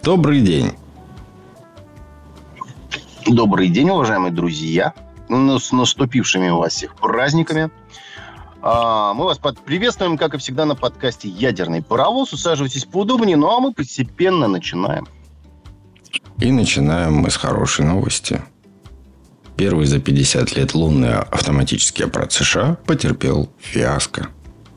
Добрый день. Добрый день, уважаемые друзья. С наступившими у вас всех праздниками. Мы вас приветствуем, как и всегда, на подкасте «Ядерный паровоз». Усаживайтесь поудобнее, ну а мы постепенно начинаем. И начинаем мы с хорошей новости. Первый за 50 лет лунный автоматический аппарат США потерпел фиаско.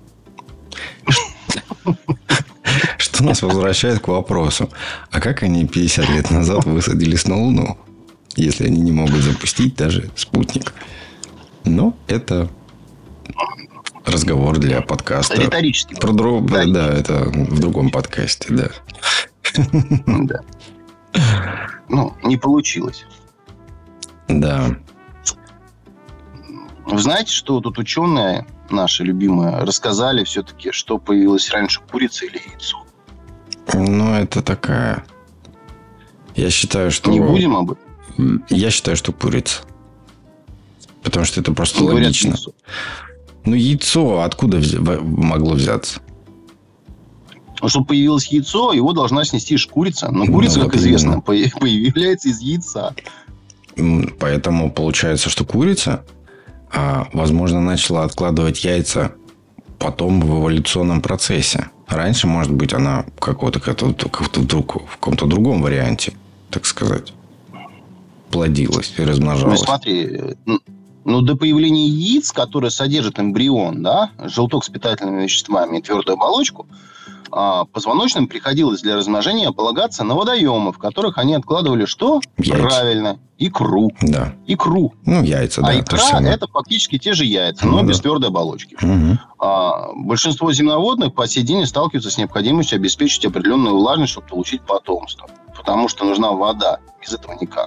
Что нас возвращает к вопросу, а как они 50 лет назад высадились на Луну, если они не могут запустить даже спутник? Но это разговор для подкаста. Риторический. Да, это в другом подкасте, да. Да. Не получилось. Да. Вы знаете, что тут ученые наши любимые рассказали все-таки, что появилось раньше, курица или яйцо? Это такая... Я считаю, что... Не будем об этом? Я считаю, что курица. Потому что это просто логично. Яйцо. Яйцо откуда могло взяться? Чтобы появилось яйцо, его должна снести курица. Но курица, как известно, появляется из яйца. Поэтому получается, что курица, возможно, начала откладывать яйца потом в эволюционном процессе. Раньше, может быть, она в каком-то другом варианте, так сказать, плодилась и размножалась. Смотри, до появления яиц, которые содержат эмбрион, да, желток с питательными веществами и твердую оболочку, позвоночным приходилось для размножения полагаться на водоемы, в которых они откладывали что? Яйца. Правильно. Икру. Да. Икру. Яйца, да. А икра – это фактически те же яйца, но без твердой оболочки. Угу. Большинство земноводных по сей день сталкиваются с необходимостью обеспечить определенную влажность, чтобы получить потомство. Потому что нужна вода. Без этого никак.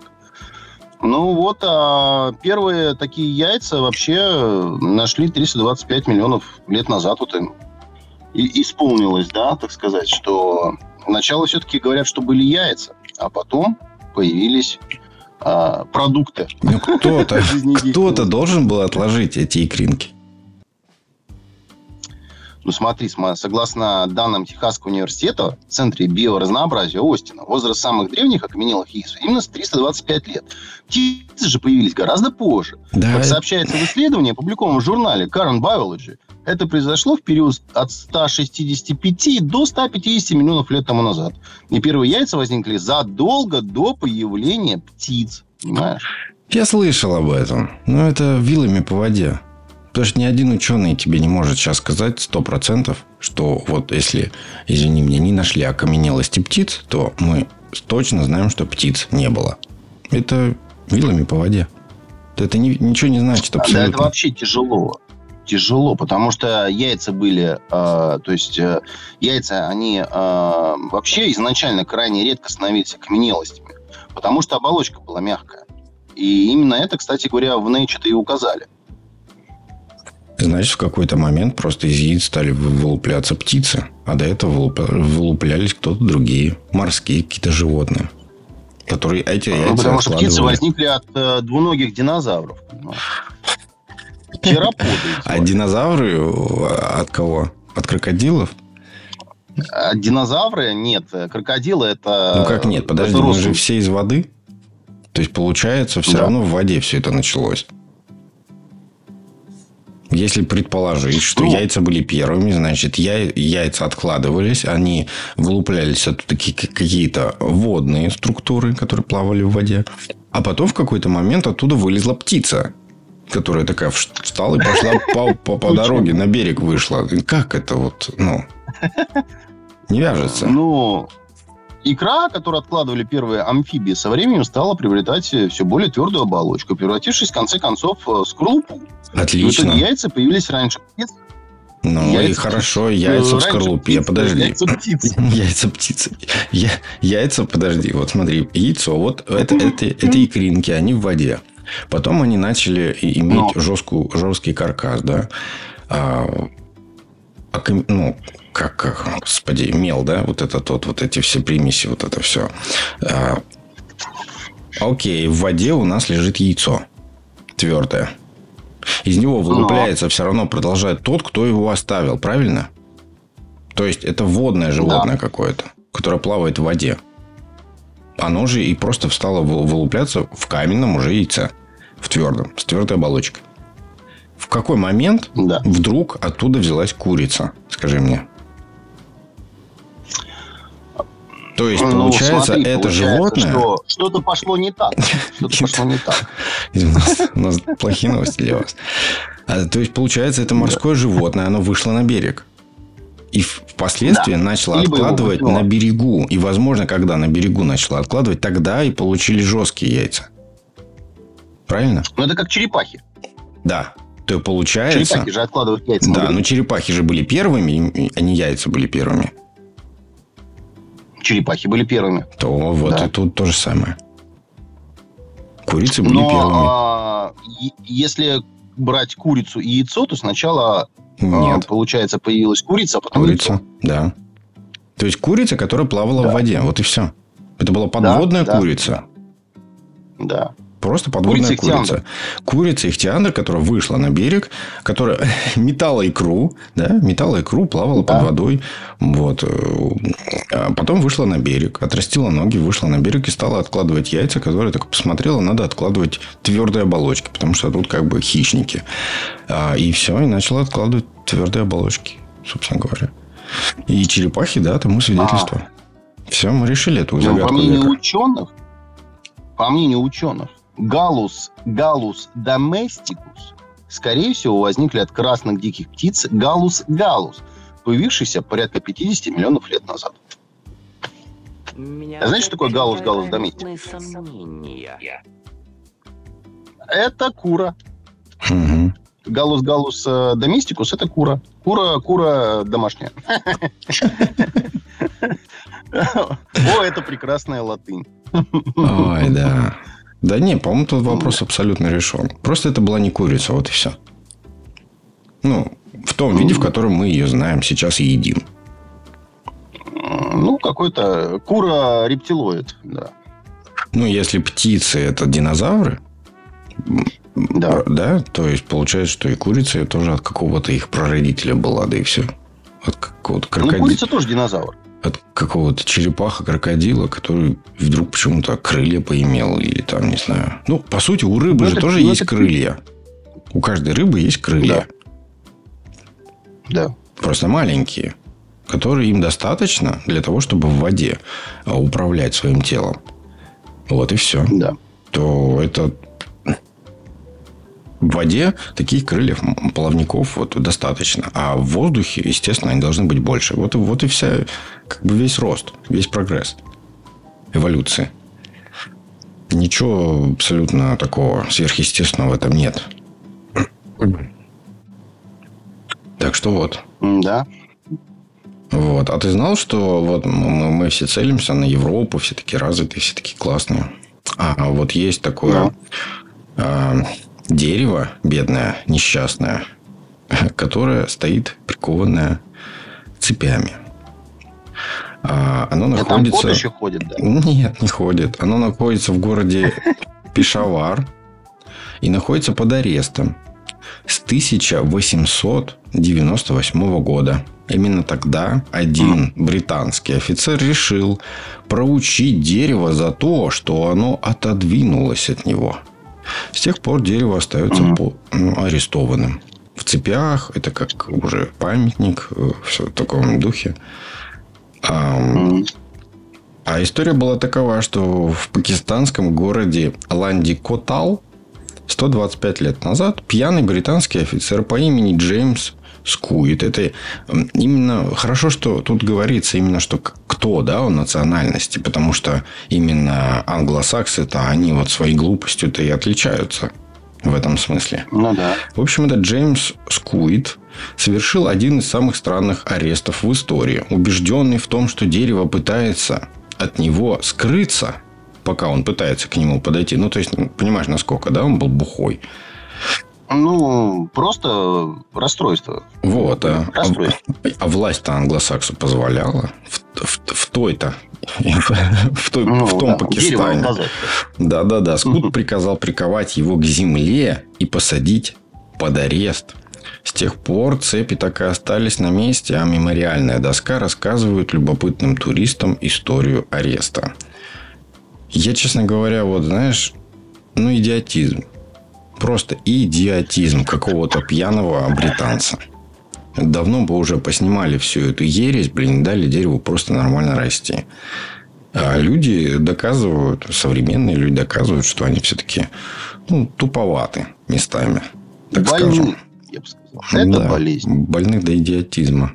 Первые такие яйца вообще нашли 325 миллионов лет назад. И исполнилось, да, так сказать, что сначала все-таки говорят, что были яйца, а потом появились продукты. Кто-то должен был отложить эти икринки. Смотри, согласно данным Техасского университета в Центре биоразнообразия Остина, возраст самых древних окаменелых яиц именно с 325 лет. Птицы же появились гораздо позже. Да, как сообщается в исследовании, опубликованном в журнале Current Biology, это произошло в период от 165 до 150 миллионов лет тому назад. И первые яйца возникли задолго до появления птиц. Понимаешь? Я слышал об этом. Но это вилами по воде. Потому что ни один ученый тебе не может сейчас сказать 100%, что если, извини меня, не нашли окаменелости птиц, то мы точно знаем, что птиц не было. Это вилами по воде. Это ничего не значит абсолютно. Да, это вообще тяжело. Тяжело, потому что яйца были... яйца, они вообще изначально крайне редко становились окаменелостями. Потому что оболочка была мягкая. И именно это, кстати говоря, в Nature-то и указали. Значит, в какой-то момент просто из яиц стали вылупляться птицы. А до этого вылуплялись кто-то другие. Морские какие-то животные. Которые эти яйца потому что птицы возникли от двуногих динозавров. Тероподы. А динозавры от кого? От крокодилов? Динозавры? Нет. Крокодилы это... как нет? Подожди, мы же все из воды. То есть, получается, все равно в воде все это началось. Если предположить, что яйца были первыми, значит, яйца откладывались, они вылуплялись оттуда какие-то водные структуры, которые плавали в воде. А потом в какой-то момент оттуда вылезла птица, которая такая встала и пошла по дороге, на берег вышла. Как это не вяжется? Икра, которую откладывали первые амфибии, со временем стала приобретать все более твердую оболочку, превратившись, в конце концов, в скорлупу. Отлично. И в итоге яйца появились раньше птиц. И хорошо, яйца в скорлупе. Подожди. Яйца птицы. Яйца птицы. Яйца, подожди. Смотри, яйцо. Это икринки, они в воде. Потом они начали иметь жесткий каркас, да. Господи, мел, да, эти все примеси, это все. Окей, в воде у нас лежит яйцо твердое. Из него вылупляется, все равно продолжает тот, кто его оставил, правильно? То есть, это водное животное какое-то, которое плавает в воде. Оно же и просто стало вылупляться в каменном уже яйце. В твердом. С твердой оболочкой. В какой момент вдруг оттуда взялась курица? Скажи мне. То есть, получается, это животное... Что-то пошло не так. У нас плохие новости для вас. То есть, получается, это морское животное, оно вышло на берег. И впоследствии начало откладывать на берегу. И, возможно, когда на берегу начало откладывать, тогда и получили жесткие яйца. Правильно? Ну, это как черепахи. Да. То получается... Черепахи же откладывают яйца. Да, но черепахи же были первыми, а не яйца были первыми. Черепахи были первыми. То вот и тут то же самое. Курицы были первыми. Если брать курицу и яйцо, то сначала, получается, появилась курица, а потом курица, да. То есть, курица, которая плавала в воде. Вот и все. Это была подводная курица. Да. Просто подводная курица. Курица ихтиандр, которая вышла на берег, которая метала икру, плавала под водой. Вот. А потом вышла на берег, отрастила ноги, вышла на берег и стала откладывать яйца, которые так посмотрела, надо откладывать твердые оболочки, потому что тут как бы хищники. И все, и начала откладывать твердые оболочки, собственно говоря. И черепахи, тому свидетельство. Все, мы решили эту загадку. По мнению ученых, Галус доместикус, скорее всего, возникли от красных диких птиц Галус, появившийся порядка 50 миллионов лет назад. А знаете, что такое Галус доместикус? Это кура. Галус доместикус – это кура. Кура домашняя. О, это прекрасная латынь. Ой, да. Да не, по-моему, тут вопрос абсолютно решен. Просто это была не курица, вот и все. В том виде, в котором мы ее знаем сейчас и едим. Какой-то кура-рептилоид, да. Если птицы – это динозавры, да, то есть, получается, что и курица тоже от какого-то их прародителя была, да и все. От какого-то крокодила. Курица тоже динозавр. От какого-то черепаха-крокодила, который вдруг почему-то крылья поимел. Или там, не знаю. По сути, у рыбы же тоже есть крылья. У каждой рыбы есть крылья. Да. Просто маленькие. Которые им достаточно для того, чтобы в воде управлять своим телом. Вот и все. Да. То это... В воде таких крыльев, плавников достаточно. А в воздухе, естественно, они должны быть больше. Вот и вся, весь рост, весь прогресс эволюции. Ничего абсолютно такого сверхъестественного в этом нет. Так что вот. Да. Вот. А ты знал, что мы все целимся на Европу, все такие развитые, все такие классные. А вот есть такое... дерево, бедное, несчастное, которое стоит прикованное цепями. Оно находится... Там кот еще ходит, да? Нет, не ходит. Оно находится в городе Пешавар и находится под арестом с 1898 года. Именно тогда один британский офицер решил проучить дерево за то, что оно отодвинулось от него. С тех пор дерево остается арестованным. В цепях. Это как уже памятник. Все в таком духе. А история была такова, что в пакистанском городе Ланди-Котал 125 лет назад пьяный британский офицер по имени Джеймс Скуит. Это именно хорошо, что тут говорится именно, что кто, он национальности. Потому что именно англосаксы-то, они своей глупостью-то и отличаются в этом смысле. Да. В общем, это Джеймс Скуит совершил один из самых странных арестов в истории. Убежденный в том, что дерево пытается от него скрыться, пока он пытается к нему подойти. То есть, понимаешь, насколько, он был бухой. Просто расстройство. Вот, а власть-то англосаксу позволяла в том Пакистане. Да. Скут приказал приковать его к земле и посадить под арест. С тех пор цепи так и остались на месте, а мемориальная доска рассказывает любопытным туристам историю ареста. Я, честно говоря, вот, знаешь, идиотизм. Просто идиотизм какого-то пьяного британца. Давно бы уже поснимали всю эту ересь, дали дереву просто нормально расти. А люди доказывают, современные люди доказывают, что они все-таки туповаты местами. Так скажем. Я бы сказал. Это болезнь. Больны до идиотизма.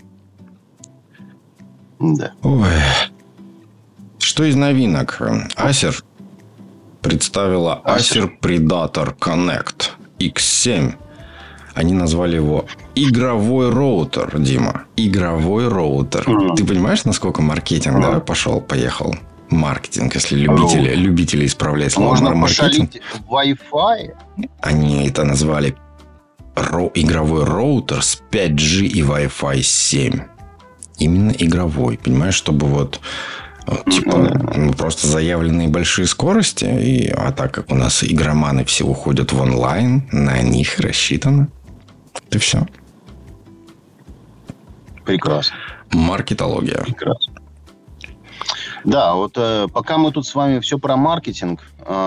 Да. Ой. Что из новинок? Acer представила Acer Predator Connect X7. Они назвали его игровой роутер, Дима. Игровой роутер. Ты понимаешь, насколько маркетинг, поехал? Маркетинг, если любители исправлять слово маркетинг. Можно пошалить в Wi-Fi. Они это назвали игровой роутер с 5G и Wi-Fi 7. Именно игровой, понимаешь, чтобы просто заявленные большие скорости, а так как у нас игроманы все уходят в онлайн, на них рассчитано. И все. Прекрасно. Маркетология. Прекрасно. Да, вот пока мы тут с вами все про маркетинг,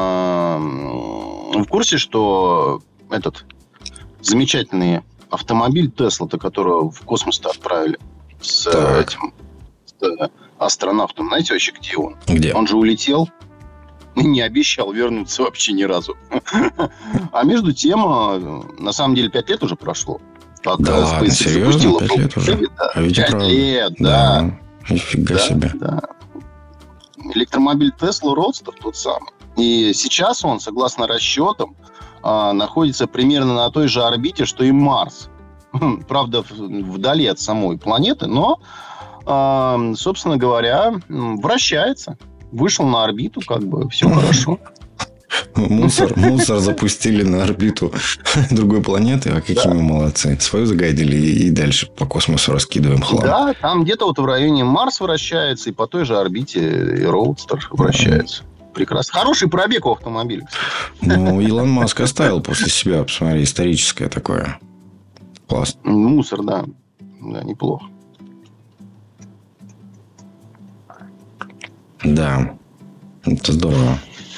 в курсе, что этот замечательный автомобиль Тесла-то, которого в космос-то отправили с астронавтом, знаете вообще, где он? Где? Он же улетел и не обещал вернуться вообще ни разу. А между тем, на самом деле, 5 лет уже прошло. Да ладно, серьезно? 5 лет уже? 5 лет, да. Нифига себе. Да. Электромобиль Tesla Roadster тот самый. И сейчас он, согласно расчетам, находится примерно на той же орбите, что и Марс. Правда, вдали от самой планеты, но, собственно говоря, вращается. Вышел на орбиту, все хорошо. Мусор запустили на орбиту другой планеты, а какие мы молодцы. Свою загадили и дальше по космосу раскидываем хлам. Да, там где-то в районе Марс вращается, и по той же орбите и Роудстер вращается. Прекрасно. Хороший пробег у автомобиля, кстати. Илон Маск оставил после себя, посмотри, историческое такое. Классно. Мусор, да. Да, неплохо. Да, это здорово.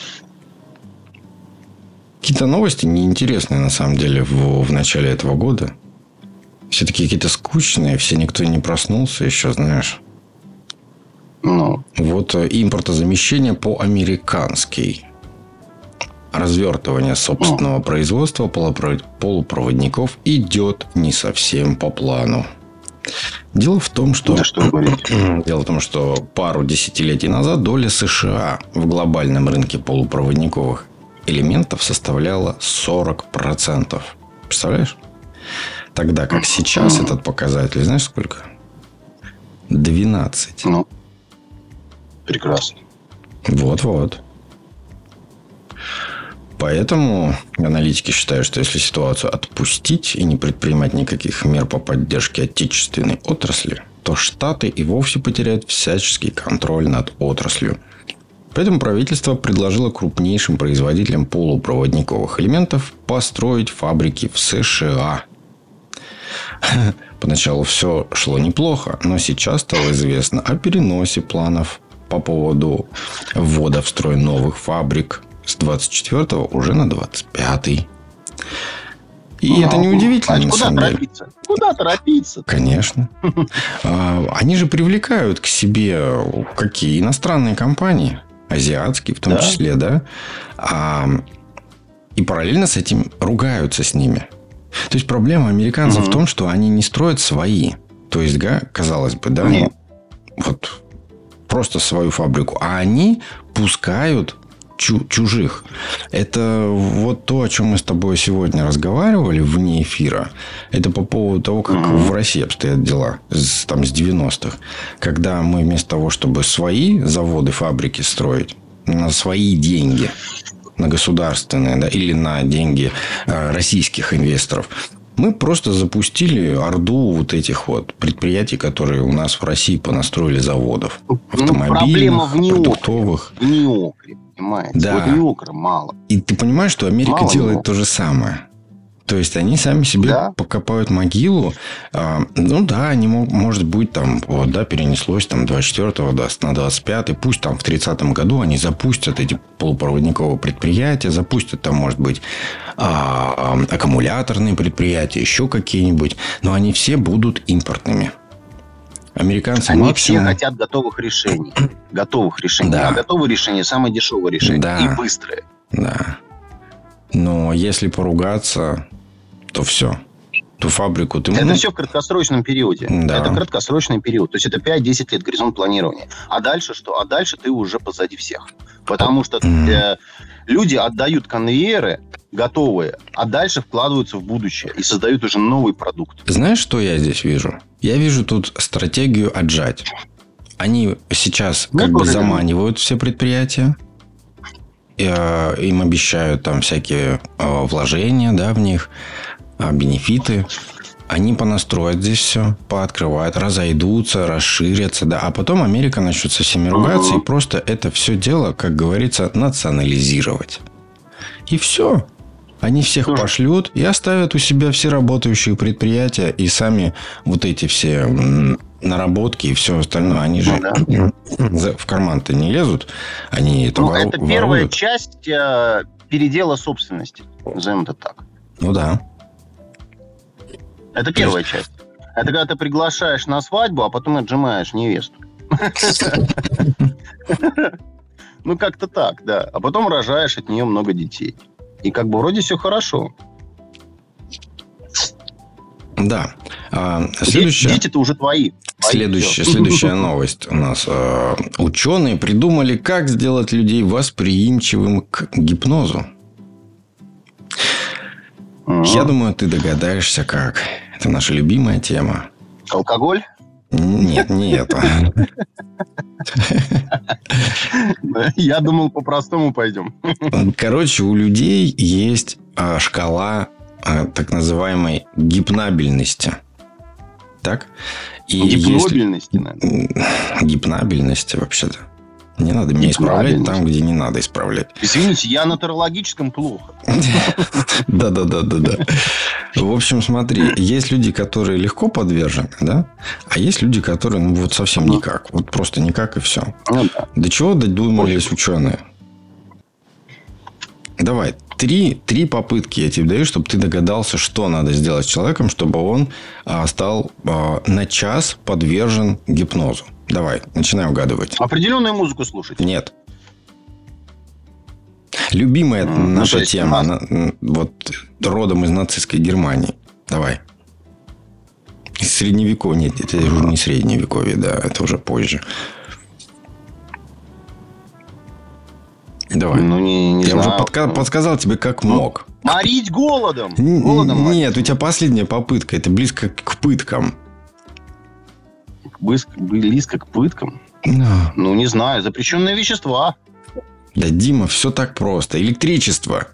Какие-то новости неинтересные, на самом деле, в начале этого года. Все такие какие-то скучные, никто не проснулся еще, знаешь. Вот импортозамещение по-американски. Развертывание собственного производства полупроводников идет не совсем по плану. Дело в том, что пару десятилетий назад доля США в глобальном рынке полупроводниковых элементов составляла 40%. Представляешь? Тогда как сейчас этот показатель, знаешь, сколько? 12. Прекрасно. Вот. Поэтому аналитики считают, что если ситуацию отпустить и не предпринимать никаких мер по поддержке отечественной отрасли, то Штаты и вовсе потеряют всяческий контроль над отраслью. Поэтому правительство предложило крупнейшим производителям полупроводниковых элементов построить фабрики в США. Поначалу все шло неплохо, но сейчас стало известно о переносе планов по поводу ввода в строй новых фабрик с 24-го уже на 25-й. И это неудивительно, на самом деле. Куда торопиться? Конечно. Они же привлекают к себе какие иностранные компании, азиатские в том числе, да? И параллельно с этим ругаются с ними. То есть проблема американцев в том, что они не строят свои. То есть, казалось бы, да, вот просто свою фабрику, а они пускают чужих. Это вот то, о чем мы с тобой сегодня разговаривали вне эфира. Это по поводу того, как в России обстоят дела с 90-х. Когда мы вместо того, чтобы свои заводы, фабрики строить на свои деньги, на государственные, да, или на деньги российских инвесторов, мы просто запустили орду вот этих вот предприятий, которые у нас в России понастроили заводов. Автомобильных, продуктовых. В неокре, понимаете? Да. Вот неокра мало. И ты понимаешь, что Америка делает то же самое. То есть, они сами себе покопают могилу. Они, может быть, там, перенеслось там 24-го на 25-й. Пусть там в 30-м году они запустят эти полупроводниковые предприятия, запустят там, может быть, аккумуляторные предприятия, еще какие-нибудь. Но они все будут импортными. Американцы Они максимум... все хотят готовых решений. Да. А готовые решения самое дешевое решение. Да. И быстрое. Да. Но если поругаться, то все. Ту фабрику ты... Это все в краткосрочном периоде. Да. Это краткосрочный период. То есть, это 5-10 лет горизонт планирования. А дальше что? А дальше ты уже позади всех. Потому что люди отдают конвейеры готовые, а дальше вкладываются в будущее и создают уже новый продукт. Знаешь, что я здесь вижу? Я вижу тут стратегию отжать. Они сейчас заманивают все предприятия. Им обещают там всякие вложения, в них, бенефиты. Они понастроят здесь все, пооткрывают, разойдутся, расширятся, а потом Америка начнет со всеми ругаться и просто это все дело, как говорится, национализировать. И все. Они всех пошлют и оставят у себя все работающие предприятия и сами вот эти все наработки и все остальное. Они же в карман-то не лезут. Они это воруют. Это первая часть передела собственности. Назовем это так. Ну да. Это первая часть. Это когда ты приглашаешь на свадьбу, а потом отжимаешь невесту. Как-то так, да. А потом рожаешь от нее много детей. И вроде все хорошо. Да. Дети-то уже твои. Следующая новость у нас. Ученые придумали, как сделать людей восприимчивым к гипнозу. Я думаю, ты догадаешься, как. Это наша любимая тема. Алкоголь? Нет, не это. Я думал, по-простому пойдем. Короче, у людей есть шкала так называемой гипнабельности. Так? Гипнобельности, гипнабельности, вообще-то. Не надо меня исправлять там, где не надо исправлять. Извините, я на террологическом плохо. Да. В общем, смотри, есть люди, которые легко подвержены, да? А есть люди, которые, совсем никак. Вот просто никак и все. До чего додумались ученые? Давай, три попытки я тебе даю, чтобы ты догадался, что надо сделать с человеком, чтобы он стал на час подвержен гипнозу. Давай, начинай угадывать. Определенную музыку слушать? Нет. Любимая наша тема. Родом из нацистской Германии. Давай. Из средневековья. Нет, это уже не средневековье, да. Это уже позже. Давай. Не я знаю. уже подсказал тебе, как мог. Морить голодом. Нет, у тебя последняя попытка. Это близко к пыткам. Близко к пыткам? Не знаю. Запрещенные вещества. Да, Дима, все так просто. Электричество.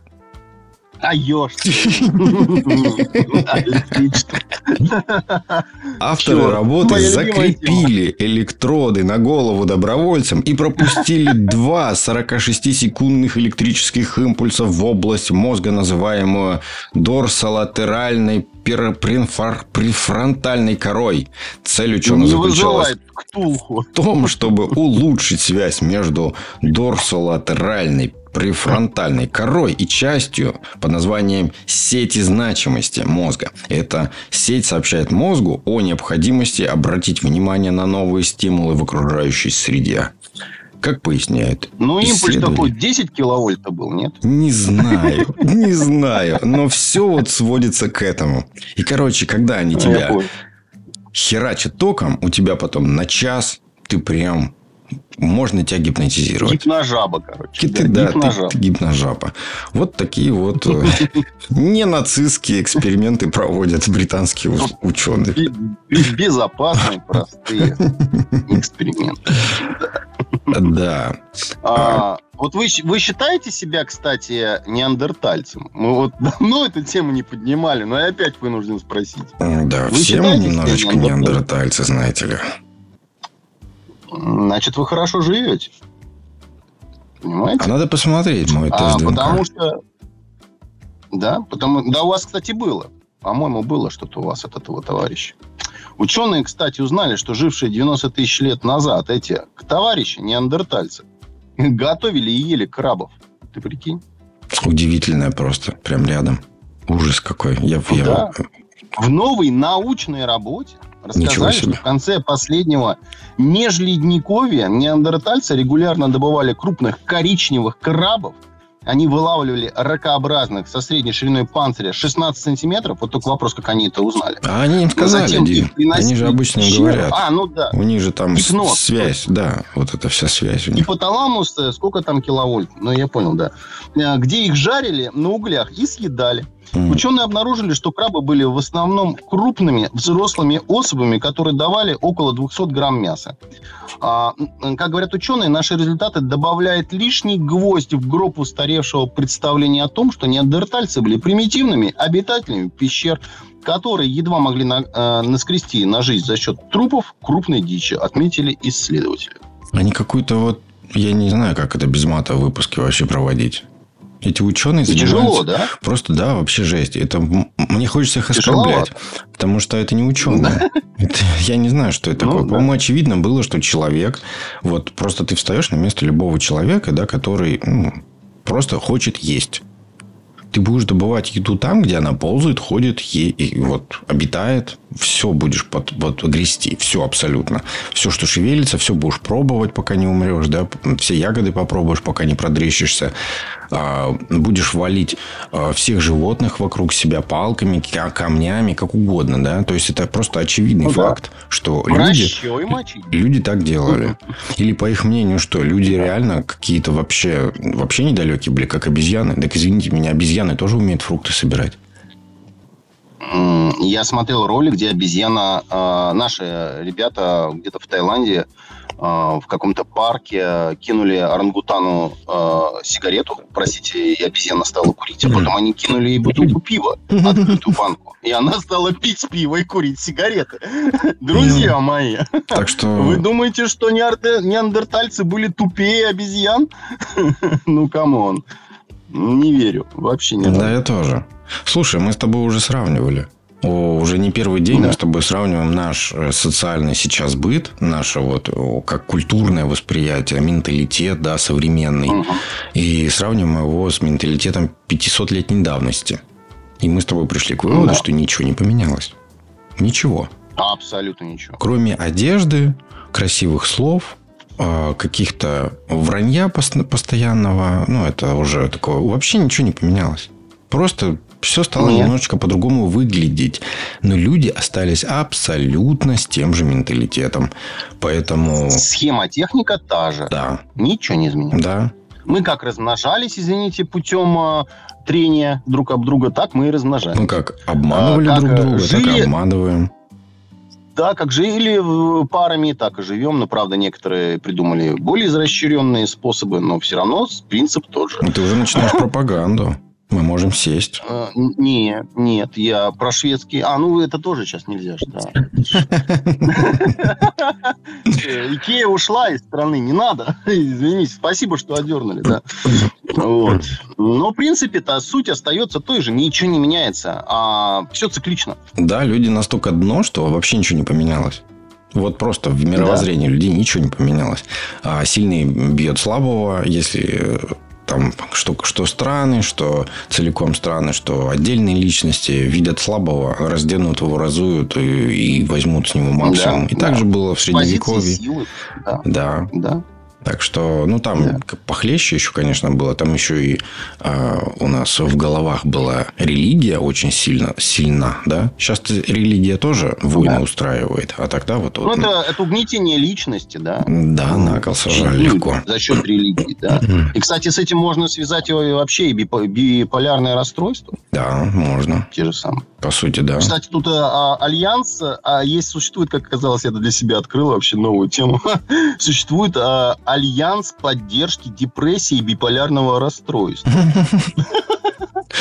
Авторы работы закрепили электроды на голову добровольцам и пропустили 2 46-секундных электрических импульса в область мозга, называемую дорсолатеральной префронтальной корой. Цель ученых заключалась в том, чтобы улучшить связь между дорсолатеральной префронтальной корой и частью под названием сети значимости мозга. Эта сеть сообщает мозгу о необходимости обратить внимание на новые стимулы в окружающей среде. Как поясняют импульс такой 10 киловольт был, нет? Не знаю. Но все сводится к этому. И, когда они тебя херачат током, у тебя потом на час ты прям... Можно тебя гипнотизировать. Гипножаба, короче. Ты гипножаба. Вот такие ненацистские эксперименты проводят британские ученые. Безопасные, простые эксперименты. Да. Вы считаете себя, кстати, неандертальцем? Мы давно эту тему не поднимали, но я опять вынужден спросить. Да, все мы немножечко неандертальцы, знаете ли. Значит, вы хорошо живете. Понимаете? А надо посмотреть мой тест ДНК. Потому что... Да, да, у вас, кстати, было. По-моему, было что-то у вас от этого товарища. Ученые, кстати, узнали, что жившие 90 тысяч лет назад эти товарищи, неандертальцы, готовили и ели крабов. Ты прикинь? Удивительное просто. Прям рядом. Ужас какой. Да. В новой научной работе рассказали, что в конце последнего межледниковья неандертальцы регулярно добывали крупных коричневых крабов. Они вылавливали ракообразных со средней шириной панциря 16 сантиметров. Вот только вопрос, как они это узнали. А они им сказали, они же обычно говорят. Да. У них же там связь, да. Вот эта вся связь у них. Гипоталамус, сколько там киловольт? Ну, я понял, да. Где их жарили на углях и съедали. Ученые обнаружили, что крабы были в основном крупными взрослыми особями, которые давали около 200 грамм мяса. Как говорят ученые, наши результаты добавляют лишний гвоздь в гроб устаревшего представления о том, что неандертальцы были примитивными обитателями пещер, которые едва могли наскрести на жизнь за счет трупов крупной дичи, отметили исследователи. Они какую-то я не знаю, как это без мата в выпуске вообще проводить. Эти ученые занимаются... Тяжело, да? Просто, да, вообще жесть. Мне хочется их оскорблять. Потому что это не ученые. Я не знаю, что это такое. По-моему, очевидно было, что человек... Вот просто ты встаешь на место любого человека, да, который просто хочет есть. Ты будешь добывать еду там, где она ползает, ходит, обитает. Все будешь грести. Все абсолютно. Все, что шевелится, все будешь пробовать, пока не умрешь. Да? Все ягоды попробуешь, пока не продрищешься. Будешь валить всех животных вокруг себя палками, камнями, как угодно. Да? То есть, это просто очевидный факт, что люди так делали. Или, по их мнению, что люди реально какие-то вообще недалекие были, как обезьяны. Так, извините меня, обезьяны тоже умеют фрукты собирать. Я смотрел ролик, где обезьяна... Наши ребята где-то в Таиланде в каком-то парке кинули орангутану сигарету, простите, и обезьяна стала курить. А потом они кинули ей бутылку пива, открытую банку. И она стала пить пиво и курить сигареты. Друзья мои, так что... вы думаете, что неандертальцы были тупее обезьян? Ну, камон. Не верю. Вообще не верю. Да, я тоже. Слушай, мы с тобой уже сравнивали. Уже не первый день мы с тобой сравниваем наш социальный сейчас быт, наше как культурное восприятие, менталитет, да, современный. И сравниваем его с менталитетом 500-летней давности. И мы с тобой пришли к выводу, что ничего не поменялось. Ничего. Абсолютно ничего. Кроме одежды, красивых слов, каких-то вранья постоянного. Это уже такое. Вообще ничего не поменялось. Просто все стало немножечко по-другому выглядеть. Но люди остались абсолютно с тем же менталитетом. Поэтому... Схема-техника та же. Да. Ничего не изменилось. Да. Мы как размножались, извините, путем трения друг об друга, так мы и размножались. Мы как обманывали друг друга, так и обманываем. Да, как жили парами, так и живем. Но, правда, некоторые придумали более изощренные способы, но все равно принцип тот же. Ты уже начинаешь пропаганду. Мы можем сесть. Нет, я про шведский... это тоже сейчас нельзя, да. Икея ушла из страны, не надо. Извините, спасибо, что одернули, да. Но, в принципе-то, суть остается той же. Ничего не меняется, а все циклично. Да, люди настолько дно, что вообще ничего не поменялось. Вот просто в мировоззрении людей ничего не поменялось. Сильный бьет слабого, если... Там, что страны, что целиком страны, что отдельные личности видят слабого, разденут его, разуют и возьмут с него максимум. И так же было в Средневековье. Силы. Да. Так что, там похлеще еще, конечно, было. Там еще и у нас в головах была религия очень сильна, да? Сейчас религия тоже войны устраивает. А тогда это угнетение личности, да? Да, на кол сажали легко. За счет религии, да. И, кстати, с этим можно связать вообще и биполярное расстройство. Да, можно. Те же самые. По сути, да. Кстати, тут альянс, существует, как оказалось, я для себя открыл вообще новую тему. Существует альянс поддержки депрессии и биполярного расстройства.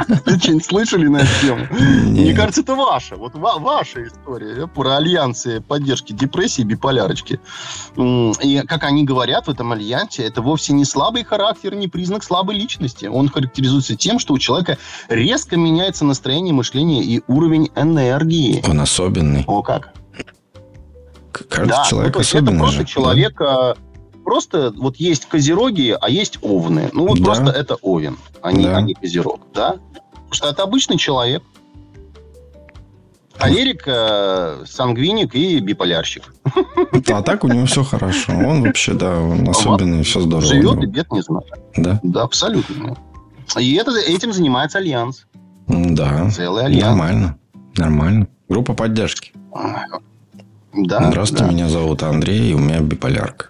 Вы что-нибудь слышали на эту тему? Нет. Мне кажется, это ваша. Вот ваша история про альянсы поддержки депрессии и биполярочки. И, как они говорят в этом альянсе, это вовсе не слабый характер, не признак слабой личности. Он характеризуется тем, что у человека резко меняется настроение, мышление и уровень энергии. Он особенный. О, как? Каждый человек особенный. Это просто же, человек... Да? Просто вот есть козероги, а есть овны. Ну, вот просто это овен, а не козерог. Да? Потому что это обычный человек. Холерик, сангвиник и биполярщик. А так у него все хорошо. Он вообще, да, он особенный, все здорово. Живет и бед не знает. Да? Да, абсолютно. И этим занимается альянс. Да. Целый альянс. Нормально. Группа поддержки. Да. Здравствуйте, меня зовут Андрей, и у меня биполярка.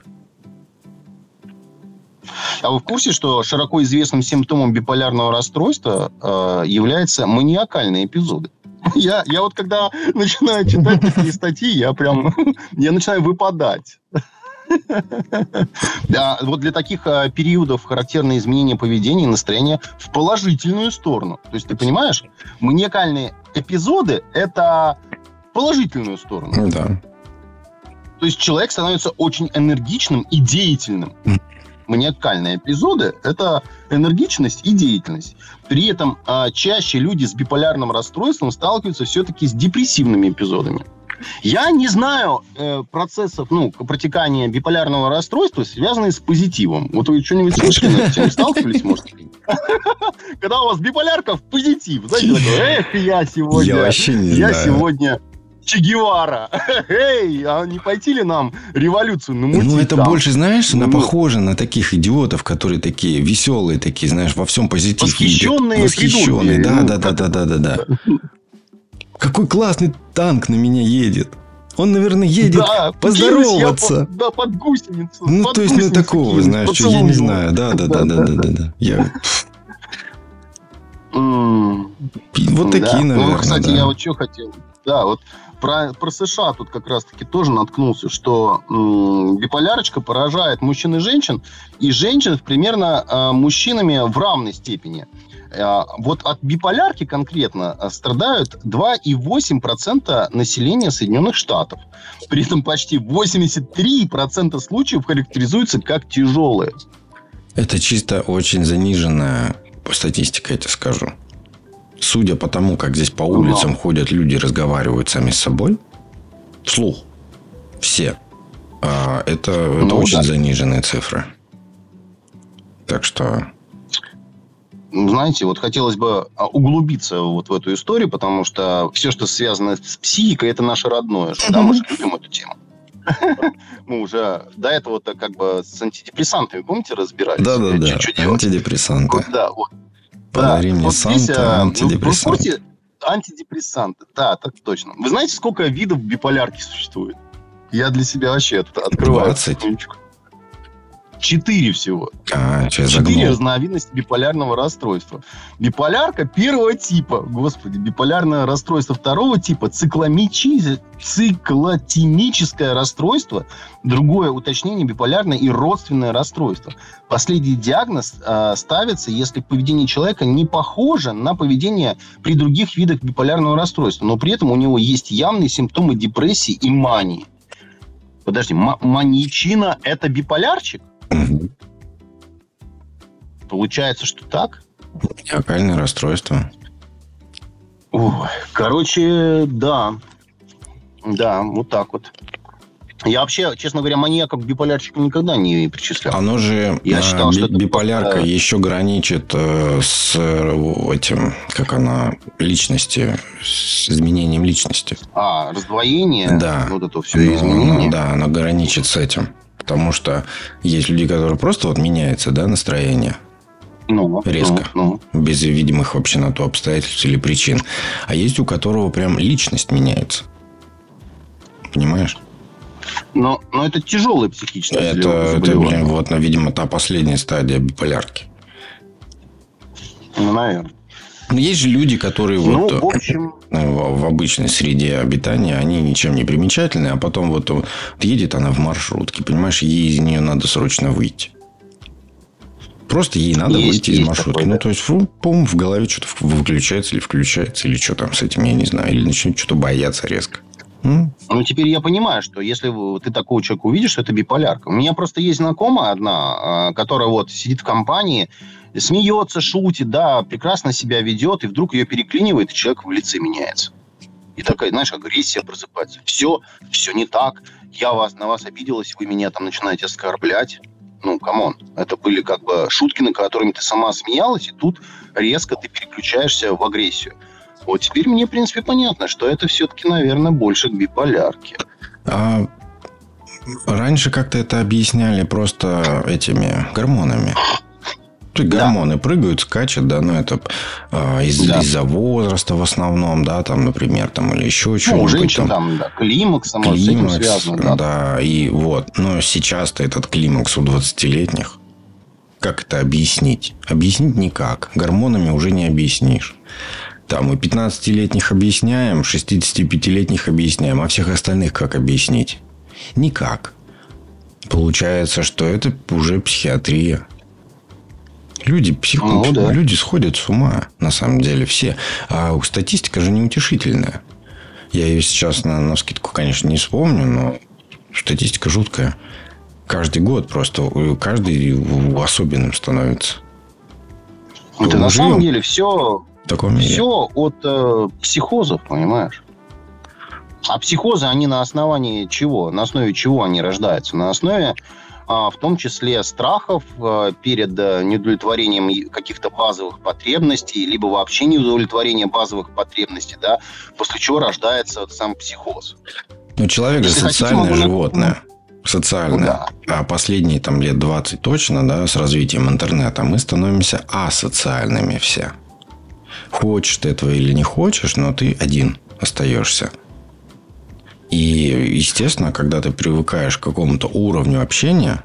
А вы в курсе, что широко известным симптомом биполярного расстройства являются маниакальные эпизоды? Я вот когда начинаю читать такие статьи, я начинаю выпадать. Да, вот для таких периодов характерно изменение поведения и настроения в положительную сторону. То есть, ты понимаешь, маниакальные эпизоды – это в положительную сторону. Да. То есть, человек становится очень энергичным и деятельным. Маниакальные эпизоды – это энергичность и деятельность. При этом чаще люди с биполярным расстройством сталкиваются все-таки с депрессивными эпизодами. Я не знаю процессов протекания биполярного расстройства, связанных с позитивом. Вот вы что-нибудь слышали на этим? Сталкивались, может? Когда у вас биполярка в позитив. Знаете, такой, я сегодня... Я вообще не знаю. Сегодня... Че Гевара. Эй, а не пойти ли нам революцию намутить? Ну, это больше, знаешь, она похожа на таких идиотов, которые такие веселые, такие, знаешь, во всем позитив. Восхищенные. Да. Какой классный танк на меня едет. Он, наверное, едет поздороваться. Да, под гусеницу. Ну, то есть, такого, знаешь, что я не знаю. Да. Вот такие, наверное. Ну, кстати, я вот что хотел. Да, вот про США тут как раз-таки тоже наткнулся, что биполярочка поражает мужчин и женщин примерно мужчинами в равной степени. Вот от биполярки конкретно страдают 2,8% населения Соединенных Штатов. При этом почти 83% случаев характеризуются как тяжелые. Это чисто очень заниженная статистика, я тебе скажу. Судя по тому, как здесь по улицам ходят люди и разговаривают сами с собой, вслух, все, это очень заниженные цифры. Так что... Знаете, вот хотелось бы углубиться вот в эту историю, потому что все, что связано с психикой, это наше родное. Да, мы же любим эту тему. Мы уже до этого-то как бы с антидепрессантами, помните, разбирались? Да, антидепрессанты. Да, вот. Подари мне Санта антидепрессант. Вы антидепрессанты. Да, так точно. Вы знаете, сколько видов биполярки существует? Я для себя вообще открываю. 20. 4 всего. 4 разновидности биполярного расстройства. Биполярка первого типа. Господи, биполярное расстройство второго типа. Циклотимическое расстройство. Другое уточнение — биполярное и родственное расстройство. Последний диагноз ставится, если поведение человека не похоже на поведение при других видах биполярного расстройства, но при этом у него есть явные симптомы депрессии и мании. Подожди, маньячина – это биполярчик? Получается, что так? Маниакальное расстройство. Ой, короче, да. Да, вот так вот. Я вообще, честно говоря, маньяка к биполярчику никогда не причислял. Оно же, я считал, что биполярка еще граничит с этим, как она, личности, с изменением личности. Раздвоение? Да. Вот это все изменение? Да, оно граничит с этим. Потому что есть люди, которые просто вот меняется, да, настроение. Резко. Без видимых вообще на то обстоятельств или причин. А есть у которого прям личность меняется. Понимаешь? Но это тяжелое психическое заболевание. Это, видимо, та последняя стадия биполярки. Наверное. Но есть же люди, которые в обычной среде обитания, они ничем не примечательны, а потом вот едет она в маршрутке, понимаешь, ей из нее надо срочно выйти. Просто ей надо выйти из маршрутки. Такой, да. То есть, пум, в голове что-то выключается или включается, или что там с этим, я не знаю. Или начнет что-то бояться резко. Теперь я понимаю, что если ты такого человека увидишь, что это биполярка. У меня просто есть знакомая одна, которая вот сидит в компании, смеется, шутит, да, прекрасно себя ведет, и вдруг ее переклинивает, и человек в лице меняется. И такая, знаешь, агрессия просыпается. Все не так. Я на вас обиделась, вы меня там начинаете оскорблять. Камон. Это были как бы шутки, над которыми ты сама смеялась, и тут резко ты переключаешься в агрессию. Вот теперь мне, в принципе, понятно, что это все-таки, наверное, больше к биполярке. Раньше как-то это объясняли просто этими гормонами. Гормоны прыгают, скачут, да, это из-за возраста в основном, да, там, например, там, или еще что-нибудь. У женщин там, климакс, с этим связано. Да, и вот. Но сейчас-то этот климакс у 20-летних. Как это объяснить? Объяснить никак. Гормонами уже не объяснишь. Там и 15-летних объясняем, 65-летних объясняем, а всех остальных как объяснить? Никак. Получается, что это уже психиатрия. Люди люди сходят с ума, на самом деле, все. А статистика же неутешительная. Я ее сейчас навскидку, конечно, не вспомню, но статистика жуткая. Каждый год просто каждый особенным становится. Это на самом деле все от психозов, понимаешь? А психозы, они на основании чего? На основе чего они рождаются? На основе в том числе страхов перед неудовлетворением каких-то базовых потребностей, либо вообще неудовлетворение базовых потребностей, да, после чего рождается сам психоз. Человек же социальное животное. Социальное. Да. А последние лет 20 точно, да, с развитием интернета мы становимся асоциальными все. Хочешь ты этого или не хочешь, но ты один остаешься. И, естественно, когда ты привыкаешь к какому-то уровню общения,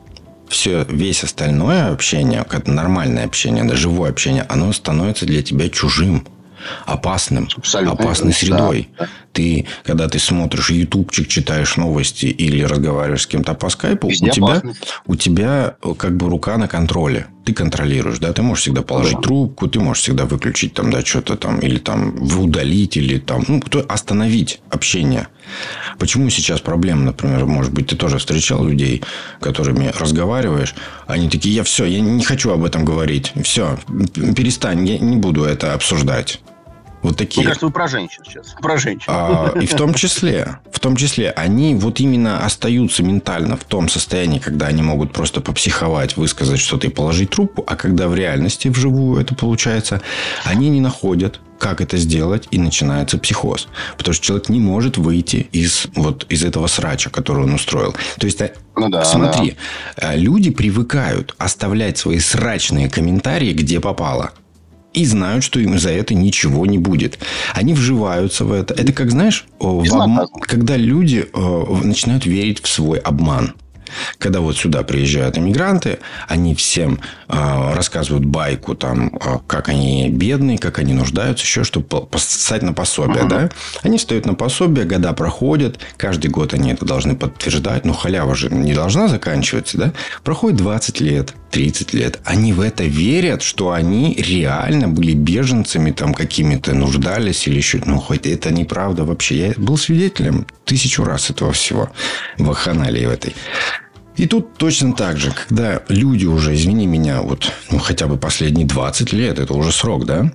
весь остальное общение, нормальное общение, да, живое общение, оно становится для тебя чужим, опасным, опасной средой. Да. Когда ты смотришь ютубчик, читаешь новости или разговариваешь с кем-то по скайпу, у тебя как бы рука на контроле. Ты контролируешь, да, ты можешь всегда положить трубку, ты можешь всегда выключить там, да, что-то там, или там удалить, или там, остановить общение. Почему сейчас проблема, например, может быть, ты тоже встречал людей, которыми разговариваешь, они такие, я не хочу об этом говорить, все, перестань, я не буду это обсуждать. Вот такие. Мне кажется, вы про женщин сейчас. Про женщин. И в том числе, они вот именно остаются ментально в том состоянии, когда они могут просто попсиховать, высказать что-то и положить трубку, а когда в реальности, вживую это получается, они не находят, как это сделать, и начинается психоз. Потому что человек не может выйти из этого срача, который он устроил. То есть, смотри, люди привыкают оставлять свои срачные комментарии, где попало. И знают, что им за это ничего не будет. Они вживаются в это. Это как, знаешь, когда люди начинают верить в свой обман. Когда вот сюда приезжают иммигранты, они всем рассказывают байку, там, как они бедные, как они нуждаются, еще, чтобы встать на пособие. Да? Они встают на пособие, года проходят, каждый год они это должны подтверждать. Но халява же не должна заканчиваться. Да? Проходит 20 лет, 30 лет. Они в это верят, что они реально были беженцами, там, какими-то нуждались или еще. Хоть это неправда вообще. Я был свидетелем 1000 раз этого всего. В вакханалии в этой. И тут точно так же, когда люди уже, извини меня, хотя бы последние 20 лет, это уже срок, да,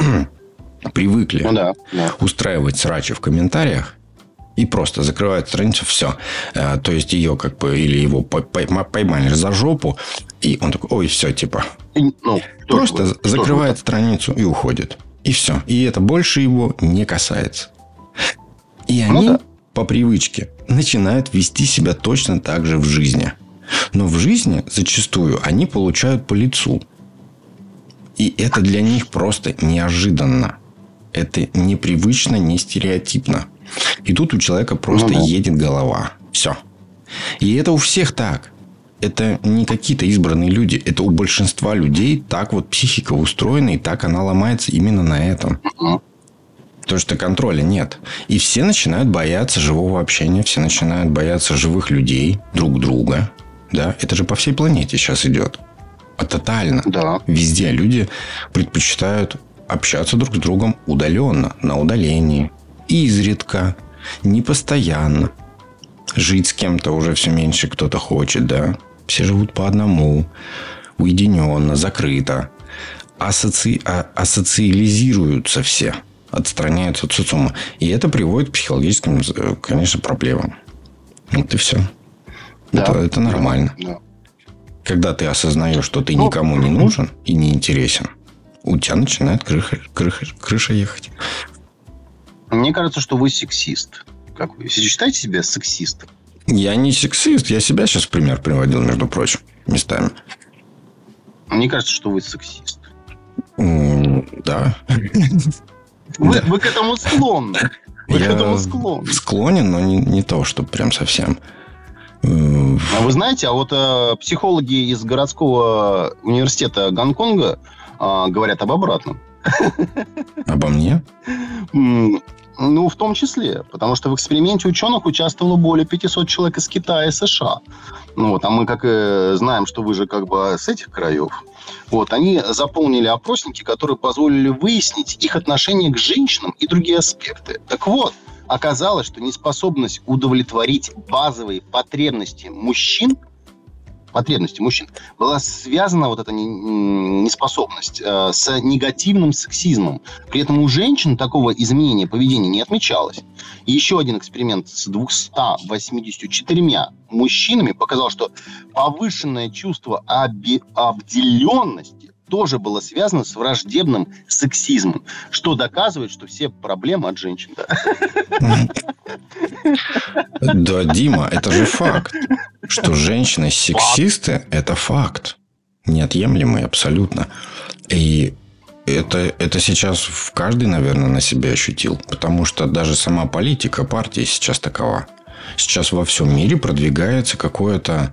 привыкли устраивать срачи в комментариях и просто закрывают страницу, все. То есть, ее как бы, или его поймали за жопу, и он такой, ой, все, типа. Просто закрывает страницу и уходит. И все. И это больше его не касается. И они по привычке начинают вести себя точно так же в жизни. Но в жизни зачастую они получают по лицу. И это для них просто неожиданно. Это непривычно, не стереотипно. И тут у человека просто едет голова. Все. И это у всех так. Это не какие-то избранные люди. Это у большинства людей так вот психика устроена. И так она ломается именно на этом. Потому что контроля нет. И все начинают бояться живого общения. Все начинают бояться живых людей, друг друга. Да? Это же по всей планете сейчас идет. Тотально. Да. Везде люди предпочитают общаться друг с другом удаленно, на удалении. Изредка, не постоянно. Жить с кем-то уже все меньше кто-то хочет, да. Все живут по одному, уединенно, закрыто. Асоциализируются все. Отстраняются от социума. И это приводит к психологическим, конечно, проблемам. Вот и все. Да. Это нормально. Да. Когда ты осознаешь, что ты никому не нужен и не интересен, у тебя начинает крыша ехать. Мне кажется, что вы сексист. Как вы? Считаете себя сексистом? Я не сексист. Я себя сейчас в пример приводил, между прочим, местами. Мне кажется, что вы сексист. Да. Вы к этому склонны. Я склонен, но не то, что прям совсем. А вы знаете, психологи из городского университета Гонконга говорят об обратном. Обо мне? В том числе. Потому что в эксперименте ученых участвовало более 500 человек из Китая и США. А мы, как и знаем, что вы же как бы с этих краев. Они заполнили опросники, которые позволили выяснить их отношение к женщинам и другие аспекты. Так вот, оказалось, что неспособность удовлетворить базовые потребности мужчин была связана, эта неспособность, с негативным сексизмом. При этом у женщин такого изменения поведения не отмечалось. И еще один эксперимент с 284 мужчинами показал, что повышенное чувство обделенности тоже было связано с враждебным сексизмом, что доказывает, что все проблемы от женщин. Да, Дима, это же факт. Что женщины сексисты – это факт. Неотъемлемый абсолютно. И это сейчас каждый, наверное, на себе ощутил. Потому что даже сама политика партии сейчас такова. Сейчас во всем мире продвигается какое-то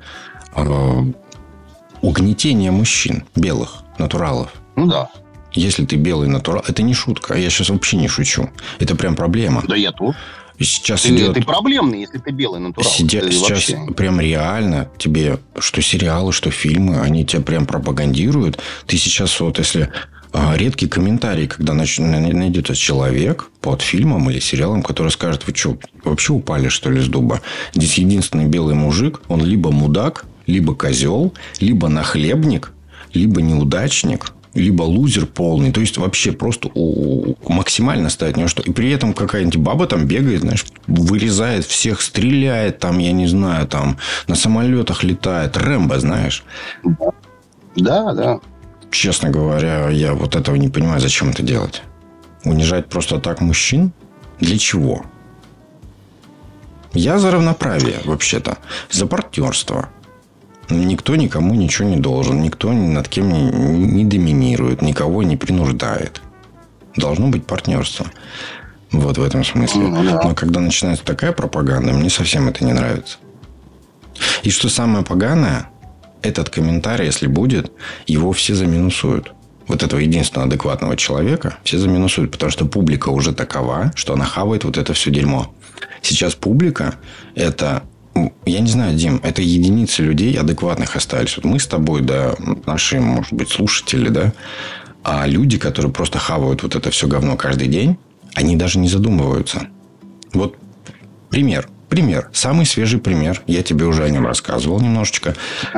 угнетение мужчин, белых, натуралов. Да. Если ты белый натурал, это не шутка. Я сейчас вообще не шучу. Это прям проблема. Да я тут. Сейчас ты проблемный, если ты белый натурал. Сейчас прям реально тебе, что сериалы, что фильмы, они тебя прям пропагандируют. Ты сейчас если редкий комментарий, когда найдется человек под фильмом или сериалом, который скажет: вы что, вообще упали, что ли, с дуба? Здесь единственный белый мужик, он либо мудак, либо козел, либо нахлебник, либо неудачник, либо лузер полный. То есть, вообще просто максимально ставить ни что. И при этом какая-нибудь баба там бегает, знаешь, вырезает всех, стреляет там, я не знаю, там на самолетах летает. Рэмбо, знаешь. Да. Честно говоря, я этого не понимаю, зачем это делать. Унижать просто так мужчин? Для чего? Я за равноправие, вообще-то. За партнерство. Никто никому ничего не должен. Никто ни над кем не доминирует. Никого не принуждает. Должно быть партнерство. В этом смысле. Но когда начинается такая пропаганда, мне совсем это не нравится. И что самое поганое, этот комментарий, если будет, его все заминусуют. Этого единственного адекватного человека все заминусуют. Потому что публика уже такова, что она хавает это все дерьмо. Сейчас публика – это... Я не знаю, Дим, это единицы людей адекватных остались. Мы с тобой, да, наши, может быть, слушатели, да. А люди, которые просто хавают это все говно каждый день, они даже не задумываются. Пример. Самый свежий пример. Я тебе уже о нем рассказывал немножечко.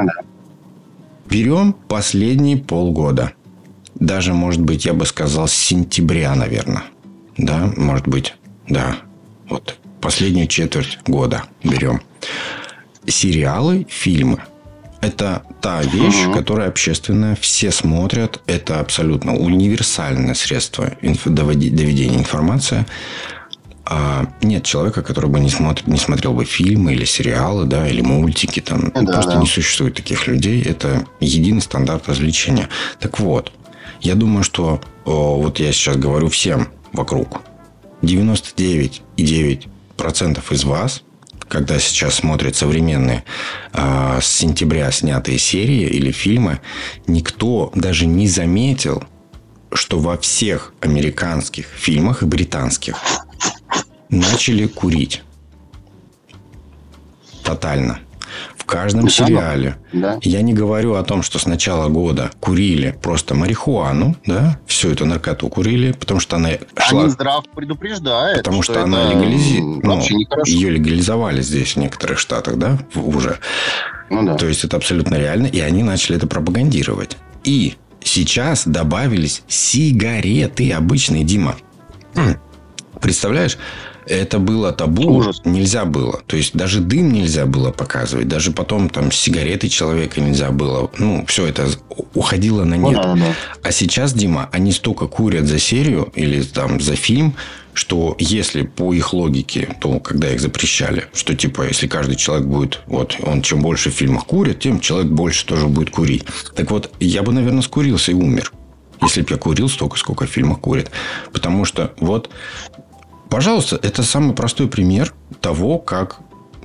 Берем последние полгода. Даже, может быть, я бы сказал, с сентября, наверное. Да, может быть. Да. Последнюю четверть года берем. Сериалы, фильмы. Это та вещь, которая общественная. Все смотрят. Это абсолютно универсальное средство доведения информации. Нет человека, который бы не смотрел бы фильмы или сериалы, да, или мультики. Там. Просто не существует таких людей. Это единый стандарт развлечения. Так вот, я думаю, что я сейчас говорю всем вокруг. 99,9% из вас, когда сейчас смотрят современные с сентября снятые серии или фильмы, никто даже не заметил, что во всех американских фильмах и британских начали курить. Тотально. В каждом сериале. Да. Я не говорю о том, что с начала года курили просто марихуану, да, всю эту наркоту курили, потому что она шла... Минздрав предупреждает, потому что она ее легализовали здесь в некоторых штатах, да, уже. Ну, да. То есть, это абсолютно реально, и они начали это пропагандировать. И сейчас добавились сигареты обычные, Дима. Представляешь? Это было табу. Ужас. Нельзя было. То есть, даже дым нельзя было показывать. Даже потом там сигареты человека нельзя было. Ну, все это уходило на нет. Да. А сейчас, Дима, они столько курят за серию или там за фильм, что если по их логике, то когда их запрещали, что типа, если каждый человек будет, вот, он чем больше в фильмах курит, тем человек больше тоже будет курить. Так вот, я бы, наверное, скурился и умер. Если бы я курил столько, сколько в фильмах курят. Потому что вот... Пожалуйста, это самый простой пример того, как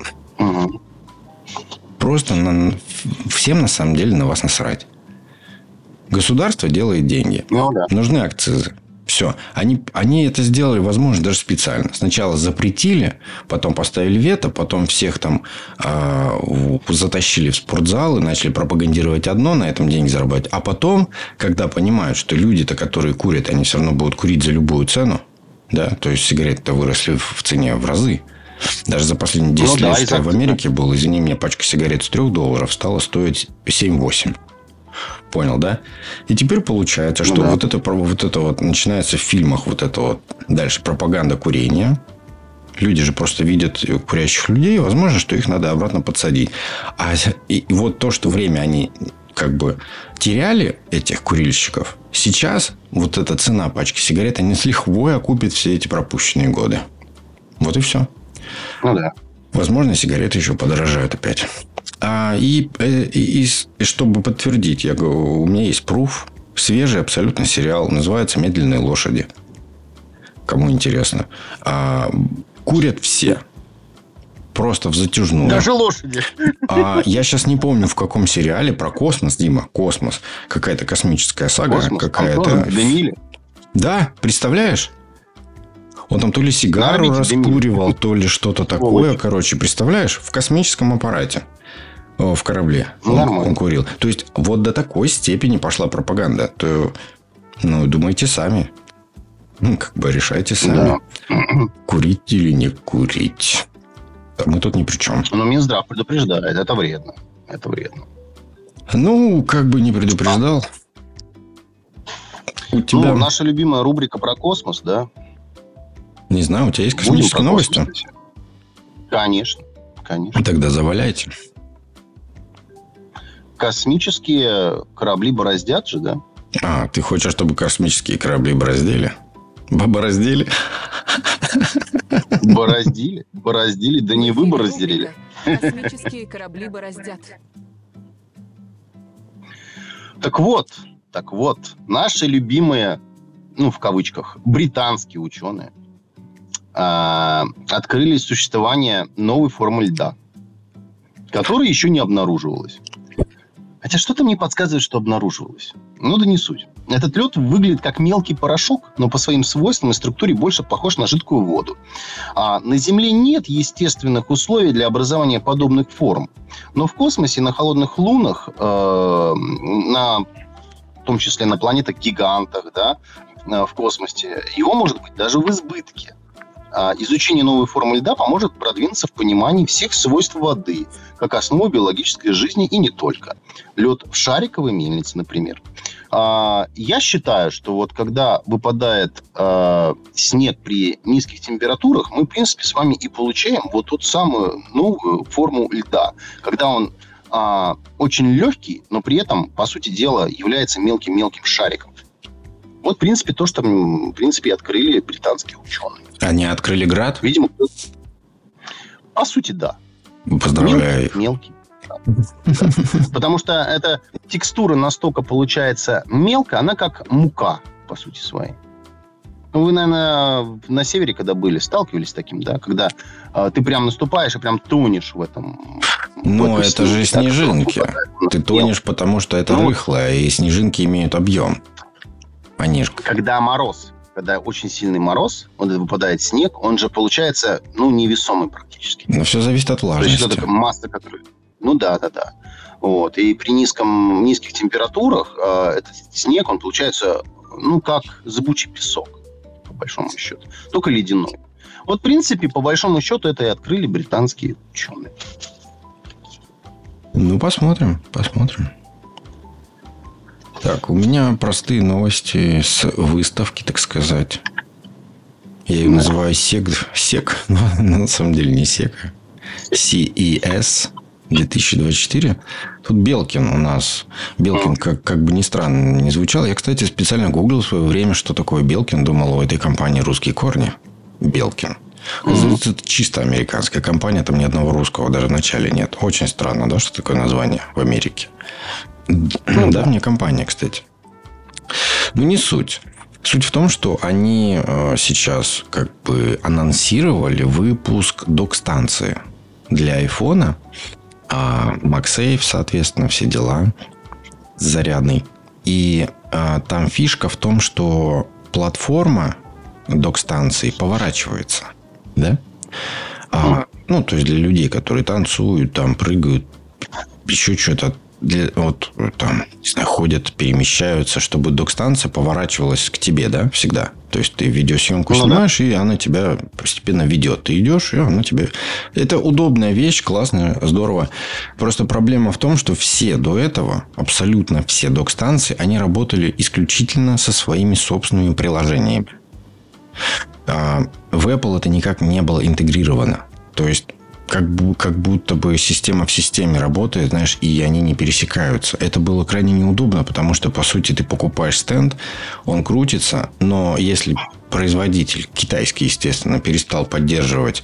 просто всем на самом деле на вас насрать. Государство делает деньги. Ну, да. Нужны акцизы. Все. Они это сделали, возможно, даже специально. Сначала запретили, потом поставили вето, потом всех там затащили в спортзал и начали пропагандировать одно, на этом деньги зарабатывать. А потом, когда понимают, что люди-то, которые курят, они все равно будут курить за любую цену, да, то есть сигареты-то выросли в цене в разы. Даже за последние 10 лет, что я в Америке был, извини меня, пачка сигарет с $3 стала стоить 7-8. Понял, да? И теперь получается, что вот это вот начинается в фильмах, вот это вот дальше пропаганда курения. Люди же просто видят курящих людей, возможно, что их надо обратно подсадить. И вот то, что время они как бы теряли, этих курильщиков, сейчас вот эта цена пачки сигарет, они с лихвой окупят все эти пропущенные годы. Вот и все. Ну да. Возможно, сигареты еще подорожают опять. И чтобы подтвердить, я говорю, у меня есть пруф. Свежий абсолютно сериал. Называется «Медленные лошади». Кому интересно. Курят все. Просто в затяжную. Даже лошади. Я сейчас не помню, в каком сериале про космос, Дима. Космос. Какая-то космическая сага. Космос. Какая-то... Данииле. Да, представляешь? Он там то ли сигару раскуривал, то ли что-то такое. Короче, представляешь? В космическом аппарате. В корабле. Он курил. То есть, вот до такой степени пошла пропаганда. То, думайте сами. Как бы решайте сами. Да. Курить или не курить. Мы тут ни при чем. Но Минздрав предупреждает. Это вредно. Это вредно. Как бы не предупреждал. У тебя... наша любимая рубрика про космос, да? Не знаю, у тебя есть космические новости? Конечно. Тогда заваляйте. Космические корабли бороздят же, да? Ты хочешь, чтобы космические корабли бороздили? Бороздили? Бороздили, да не вы бороздили. Космические корабли бороздят. Так вот, наши любимые, в кавычках, британские ученые открыли существование новой формы льда, которая еще не обнаруживалась. Хотя что-то мне подсказывает, что обнаруживалось. Да не суть. Этот лед выглядит как мелкий порошок, но по своим свойствам и структуре больше похож на жидкую воду. На Земле нет естественных условий для образования подобных форм. Но в космосе, на холодных лунах, в том числе на планетах-гигантах, да, в космосе, его может быть даже в избытке. Изучение новой формы льда поможет продвинуться в понимании всех свойств воды, как основы биологической жизни и не только. Лед в шариковой мельнице, например. Я считаю, что вот когда выпадает снег при низких температурах, мы, в принципе, с вами и получаем вот ту самую новую форму льда. Когда он очень легкий, но при этом, по сути дела, является мелким-мелким шариком. Вот, в принципе, то, что, и открыли британские ученые. Они открыли град? Видимо, по сути, да. Поздравляю их. Мелкий. Да. Потому что эта текстура настолько получается мелкая, она как мука, по сути своей. Вы, наверное, на севере, когда были, сталкивались с таким, да? Когда ты прям наступаешь и прям тонешь в этом. Это же снежинки. Ты тонешь, потому что это рыхлое, и снежинки имеют объем. Когда мороз, когда очень сильный мороз, выпадает снег, он же получается, невесомый практически. Но все зависит от влажности. То есть, это масса, которая... Ну да. Вот. И при низких температурах этот снег, он получается, как зыбучий песок, по большому счету. Только ледяной. Вот, в принципе, по большому счету, это и открыли британские ученые. Ну, посмотрим. Так, у меня простые новости с выставки, так сказать. Я ее называю SEG, но на самом деле не SEG. CES 2024. Тут Белкин у нас. Белкин, как бы ни странно не звучал. Я, кстати, специально гуглил в свое время, что такое Белкин. Думал, у этой компании русские корни. Белкин. Это чисто американская компания. Там ни одного русского даже в начале нет. Очень странно, да, что такое название в Америке. Давняя компания, кстати. Но не суть. Суть в том, что они сейчас как бы анонсировали выпуск док-станции для айфона. MagSafe, соответственно, все дела. Зарядный. И там фишка в том, что платформа док-станции поворачивается. Да? То есть для людей, которые танцуют, там прыгают, еще что-то. Ходят, перемещаются, чтобы док-станция поворачивалась к тебе, да, всегда. То есть ты видеосъемку снимаешь, и она тебя постепенно ведет. Ты идешь, и она тебе... Это удобная вещь, классная, здорово. Просто проблема в том, что все до этого, абсолютно все док-станции, они работали исключительно со своими собственными приложениями. В Apple это никак не было интегрировано. То есть как будто бы система в системе работает, знаешь, и они не пересекаются. Это было крайне неудобно, потому что, по сути, ты покупаешь стенд, он крутится, но если производитель, китайский, естественно, перестал поддерживать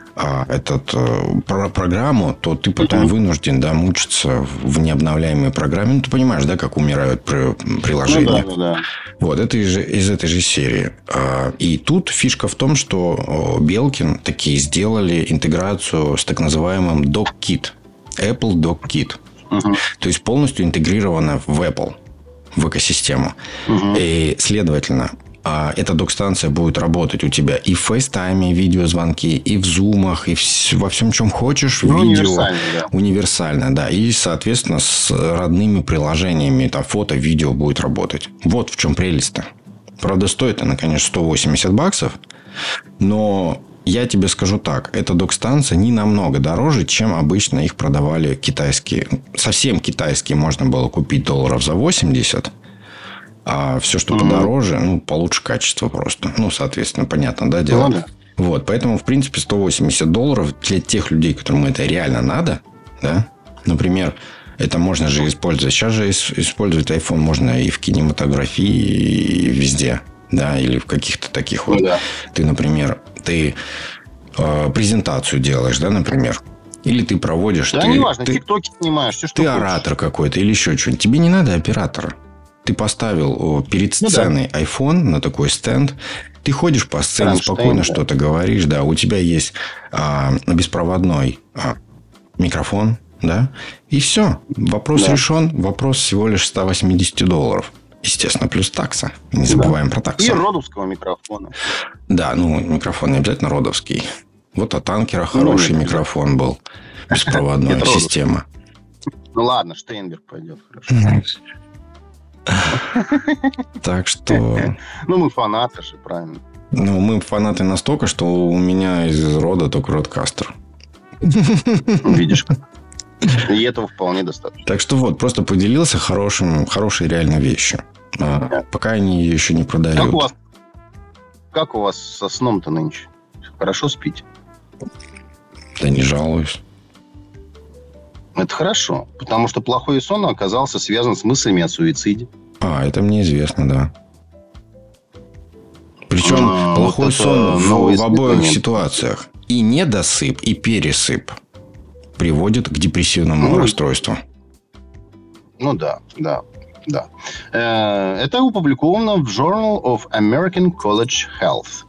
программу, то ты потом вынужден, мучиться в необновляемой программе. Ты понимаешь, да, как умирают приложения. Да. Вот, это из этой же серии. И тут фишка в том, что Белкин такие сделали интеграцию с так называемым DockKit. Apple DockKit. То есть, полностью интегрировано в Apple, в экосистему. И, следовательно, эта док-станция будет работать у тебя и в FaceTime, и в видеозвонке, и в зумах, и во всем, чем хочешь. Видео. Универсально, да. И, соответственно, с родными приложениями, там, фото, видео будет работать. Вот в чем прелесть-то. Правда, стоит она, конечно, $180. Но я тебе скажу так. Эта док-станция не намного дороже, чем обычно их продавали китайские. Совсем китайские можно было купить $80. А все, что подороже, получше качество просто. Соответственно, понятно, да, дело? Вот, поэтому, в принципе, $180 для тех людей, которым это реально надо, да. Например, это можно же использовать. Сейчас же использовать iPhone можно и в кинематографии, и везде, да, или в каких-то таких вот. Ты, например, презентацию делаешь, да, например. Или ты проводишь... Да, неважно, тиктоки снимаешь, все, что ты оратор какой-то или еще что-нибудь. Тебе не надо оператора. Ты поставил перед сценой iPhone на такой стенд. Ты ходишь по сцене, спокойно что-то говоришь. Да, у тебя есть беспроводной микрофон. Да? И все. Вопрос решен. Вопрос всего лишь $180. Естественно, плюс такса. Не забываем про таксу. И родовского микрофона. Да, микрофон не обязательно родовский. Вот от Танкера хороший микрофон был. Беспроводная система. Ну ладно, Штейнберг пойдет. Хорошо. Так что... мы фанаты же, правильно. Мы фанаты настолько, что у меня из рода только Родкастер. Видишь. И этого вполне достаточно. Так что вот, просто поделился хорошей реально вещью. Пока они ее еще не продают. Как у вас со сном-то нынче? Хорошо спите? Да не жалуюсь. Это хорошо, потому что плохой сон оказался связан с мыслями о суициде. Это мне известно, да. Причем плохой сон в обоих ситуациях. И недосып, и пересып приводит к депрессивному расстройству. Да. Это опубликовано в Journal of American College Health.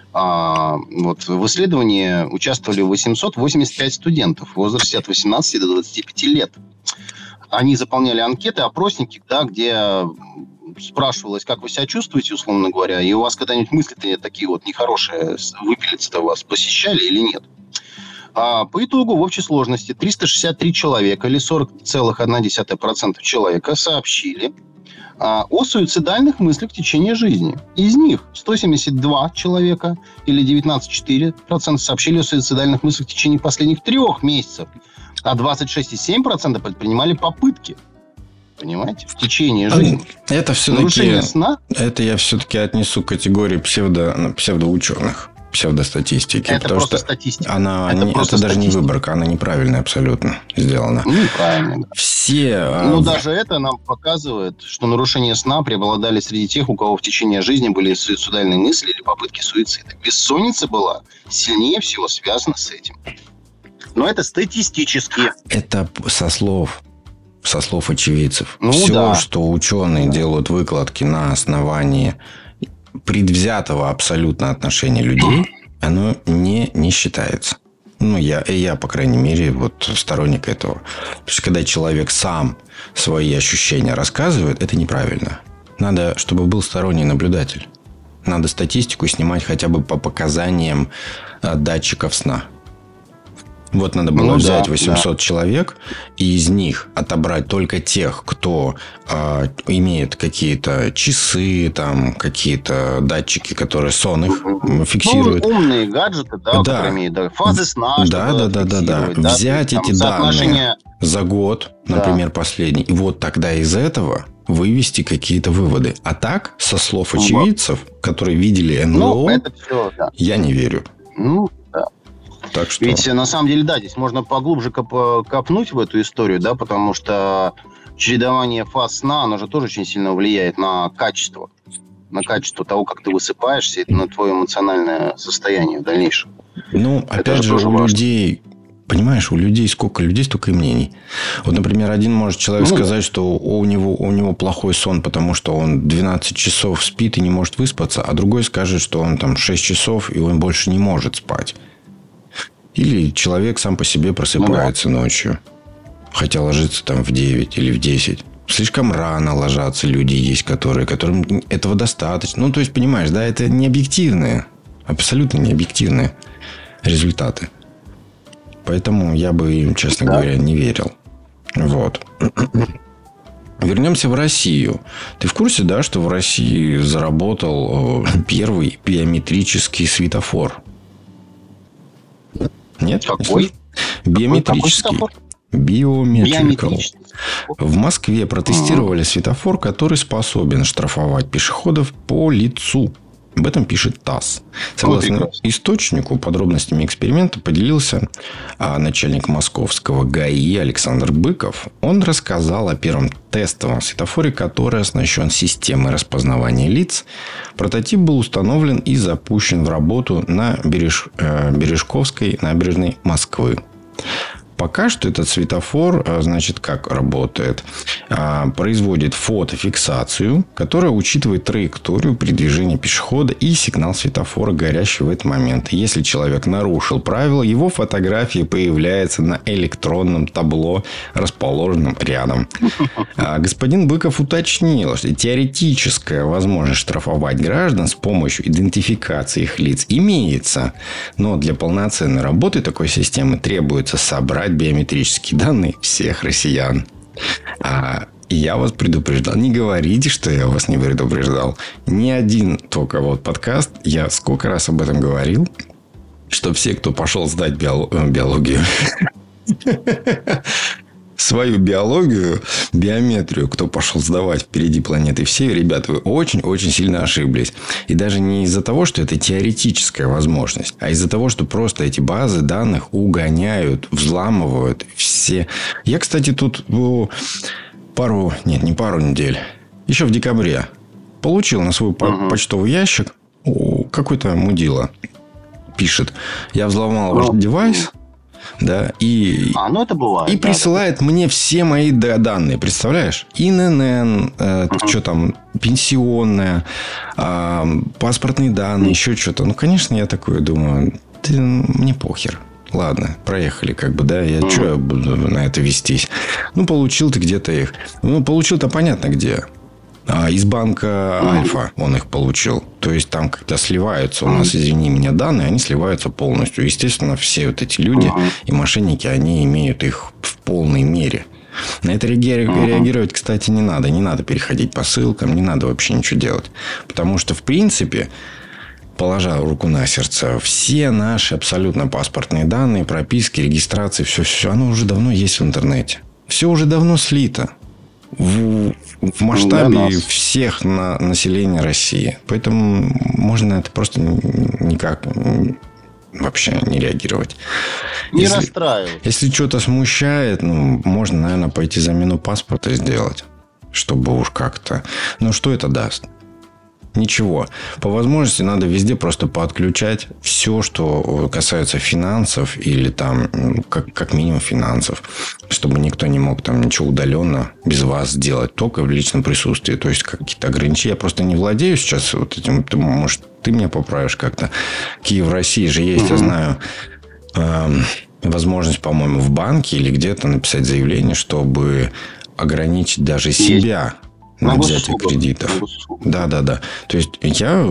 В исследовании участвовали 885 студентов в возрасте от 18 до 25 лет. Они заполняли анкеты, опросники, да, где спрашивалось, как вы себя чувствуете, условно говоря, и у вас когда-нибудь мысли такие вот нехорошие, выпилиться-то вас посещали или нет. А по итогу в общей сложности 363 человека или 40,1% человека сообщили о суицидальных мыслях в течение жизни. Из них 172 человека или 19,4% сообщили о суицидальных мыслях в течение последних 3 месяцев, а 26,7% предпринимали попытки. Понимаете? В течение жизни. Это все-таки... Нарушение сна? Это я все-таки отнесу к категории псевдоученых. Псевдостатистики. Это просто статистика. Это даже не выборка, она неправильная абсолютно сделана. Неправильно. Да. Все... даже это нам показывает, что нарушения сна преобладали среди тех, у кого в течение жизни были суицидальные мысли или попытки суицида. Бессонница была сильнее всего связана с этим. Но это статистически. Это со слов очевидцев. Все, что ученые делают выкладки на основании предвзятого абсолютно отношения людей, оно не считается. Я, по крайней мере, сторонник этого. То есть, когда человек сам свои ощущения рассказывает, это неправильно. Надо, чтобы был сторонний наблюдатель. Надо статистику снимать хотя бы по показаниям датчиков сна. Надо было взять 800 человек и из них отобрать только тех, кто имеет какие-то часы, там, какие-то датчики, которые сон их фиксируют. Умные гаджеты, которые имеют фазы сна. Да. Взять эти данные за год, например, последний, и тогда из этого вывести какие-то выводы. А так, со слов очевидцев, которые видели НЛО, это все, я не верю. Так что... Ведь, на самом деле, здесь можно поглубже копнуть в эту историю, потому что чередование фаз сна, оно же тоже очень сильно влияет на качество того, как ты высыпаешься, и на твое эмоциональное состояние в дальнейшем. Опять же, у людей... Понимаешь, у людей сколько людей, столько и мнений. Например, один может человек сказать, что у него плохой сон, потому что он 12 часов спит и не может выспаться, а другой скажет, что он там 6 часов, и он больше не может спать. Или человек сам по себе просыпается ночью, хотя ложится там в 9 или в 10. Слишком рано ложатся люди есть, которым этого достаточно. То есть, понимаешь, это не объективные, абсолютно не объективные результаты. Поэтому я бы им, честно говоря, не верил. Вернемся в Россию. Ты в курсе, что в России заработал первый биометрический светофор? Нет? Какой? Биометрический. Биометрический. В Москве протестировали светофор, который способен штрафовать пешеходов по лицу. Об этом пишет ТАСС. Согласно источнику, подробностями эксперимента поделился начальник московского ГАИ Александр Быков. Он рассказал о первом тестовом светофоре, который оснащен системой распознавания лиц. Прототип был установлен и запущен в работу на Бережковской набережной Москвы. Пока что этот светофор, как работает? Производит фотофиксацию, которая учитывает траекторию при движении пешехода и сигнал светофора, горящий в этот момент. Если человек нарушил правила, его фотография появляется на электронном табло, расположенном рядом. Господин Быков уточнил, что теоретическая возможность штрафовать граждан с помощью идентификации их лиц имеется. Но для полноценной работы такой системы требуется собрать биометрические данные всех россиян. И я вас предупреждал. Не говорите, что я вас не предупреждал. Ни один только подкаст. Я сколько раз об этом говорил, что все, кто пошел сдать биологию, свою биологию, биометрию, кто пошел сдавать впереди планеты всей, ребята, вы очень-очень сильно ошиблись. И даже не из-за того, что это теоретическая возможность, а из-за того, что просто эти базы данных угоняют, взламывают все. Я, кстати, тут не пару недель, еще в декабре получил на свой почтовый ящик какой-то мудила. Пишет: я взломал ваш девайс. И это бывает. И присылает мне все мои данные. Представляешь? ИНН, что там, пенсионная, паспортные данные, еще что-то. Конечно, я такой думаю, мне похер. Ладно, проехали, я что буду на это вестись? Получил ты где-то их. Получил-то понятно где. Из банка Альфа он их получил. То есть, там, когда сливаются у нас, извини меня, данные, они сливаются полностью. Естественно, все вот эти люди и мошенники, они имеют их в полной мере. На это реагировать, кстати, не надо. Не надо переходить по ссылкам, не надо вообще ничего делать. Потому что, в принципе, положа руку на сердце, все наши абсолютно паспортные данные, прописки, регистрации, все, оно уже давно есть в интернете. Все уже давно слито. В масштабе всех населения России. Поэтому можно это просто никак вообще не реагировать. Не расстраивать. Если что-то смущает, можно, наверное, пойти замену паспорта сделать. Чтобы уж как-то... Но что это даст? Ничего. По возможности надо везде просто подключать все, что касается финансов или там, как минимум финансов, чтобы никто не мог там ничего удаленно без вас сделать, только в личном присутствии. То есть, какие-то ограничения. Я просто не владею сейчас вот этим. Может, ты меня поправишь как-то. Киев, России же есть, я знаю, возможность, по-моему, в банке или где-то написать заявление, чтобы ограничить даже себя на взятие кредитов. Да. То есть,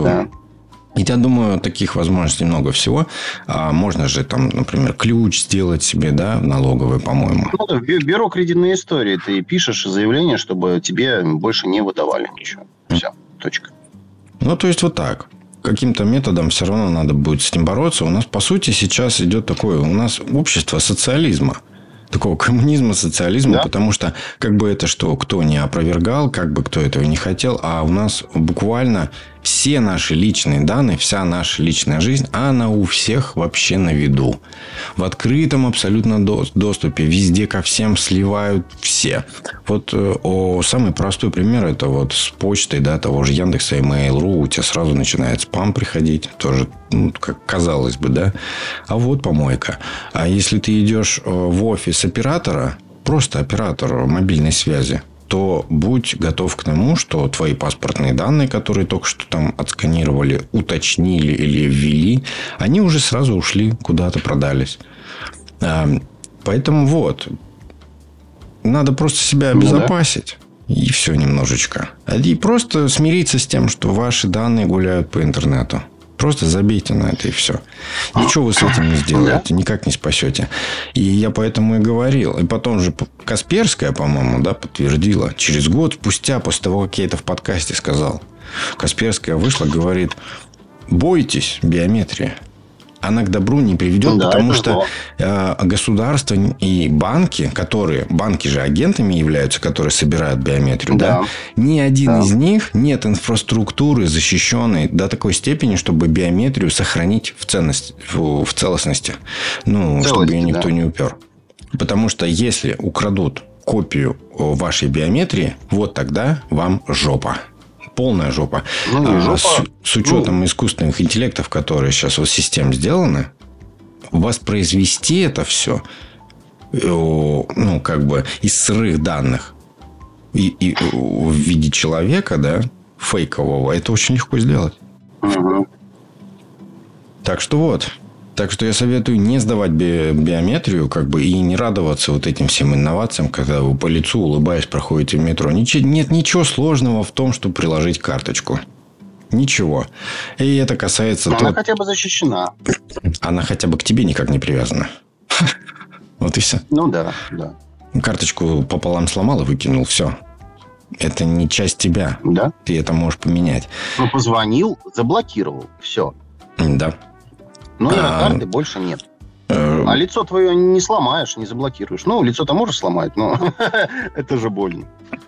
я думаю, таких возможностей много всего. Можно же там, например, ключ сделать себе, да, налоговый, по-моему. В бюро кредитной истории ты пишешь заявление, чтобы тебе больше не выдавали ничего. Все, точка. То есть, вот так. Каким-то методом все равно надо будет с этим бороться. У нас, по сути, сейчас идет такое... У нас общество социализма. Такого коммунизма, социализма, потому что как бы это кто не опровергал, как бы кто этого не хотел, а у нас буквально все наши личные данные, вся наша личная жизнь, она у всех вообще на виду. В открытом абсолютно доступе, везде ко всем сливают все. Вот самый простой пример, это вот с почтой, да, того же Яндекса и Mail.ru, у тебя сразу начинает спам приходить, тоже, как казалось бы, да. А вот помойка. А если ты идешь в офис оператора, просто оператора мобильной связи, то будь готов к тому, что твои паспортные данные, которые только что там отсканировали, уточнили или ввели, они уже сразу ушли, куда-то продались. Поэтому вот. Надо просто себя обезопасить. И все немножечко. И просто смириться с тем, что ваши данные гуляют по интернету. Просто забейте на это и все. Ничего вы с этим не сделаете, никак не спасете. И я поэтому и говорил. И потом же Касперская, по-моему, да, подтвердила. Через год спустя, после того, как я это в подкасте сказал, Касперская вышла, говорит: бойтесь биометрии. Она к добру не приведет, потому что государство и банки, банки же агентами являются, которые собирают биометрию, ни один из них нет инфраструктуры, защищенной до такой степени, чтобы биометрию сохранить в целостности. Чтобы ее никто не упер. Потому что если украдут копию вашей биометрии, вот тогда вам жопа. Полная жопа. С учетом искусственных интеллектов, которые сейчас вот систем сделаны, воспроизвести это все, из сырых данных и в виде человека, да, фейкового, это очень легко сделать. Так что вот. Так что я советую не сдавать биометрию, и не радоваться вот этим всем инновациям, когда вы по лицу, улыбаясь, проходите в метро. Нет ничего сложного в том, чтобы приложить карточку. Ничего. И это касается... Она хотя бы защищена. Она хотя бы к тебе никак не привязана. Вот и все. Да. Карточку пополам сломал и выкинул. Все. Это не часть тебя. Да. Ты это можешь поменять. Позвонил, заблокировал. Все. Да. Номера карты больше нет. А лицо твое не сломаешь, не заблокируешь. Лицо-то можешь сломать, но это же больно.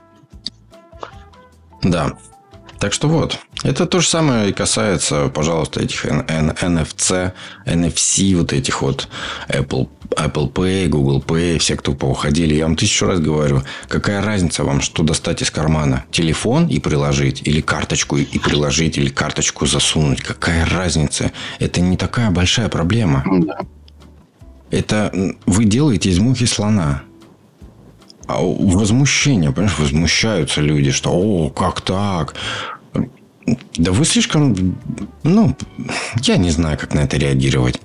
Да. Так что вот. Это то же самое и касается, пожалуйста, этих NFC, NFC, вот этих вот Apple Pay, Google Pay, все, кто поуходили. Я вам 1000 раз говорю, какая разница вам, что достать из кармана? Телефон и приложить, или карточку и приложить, или карточку засунуть? Какая разница? Это не такая большая проблема. Да. Это вы делаете из мухи слона. Возмущение, понимаешь, возмущаются люди, что как так? Да вы слишком... я не знаю, как на это реагировать.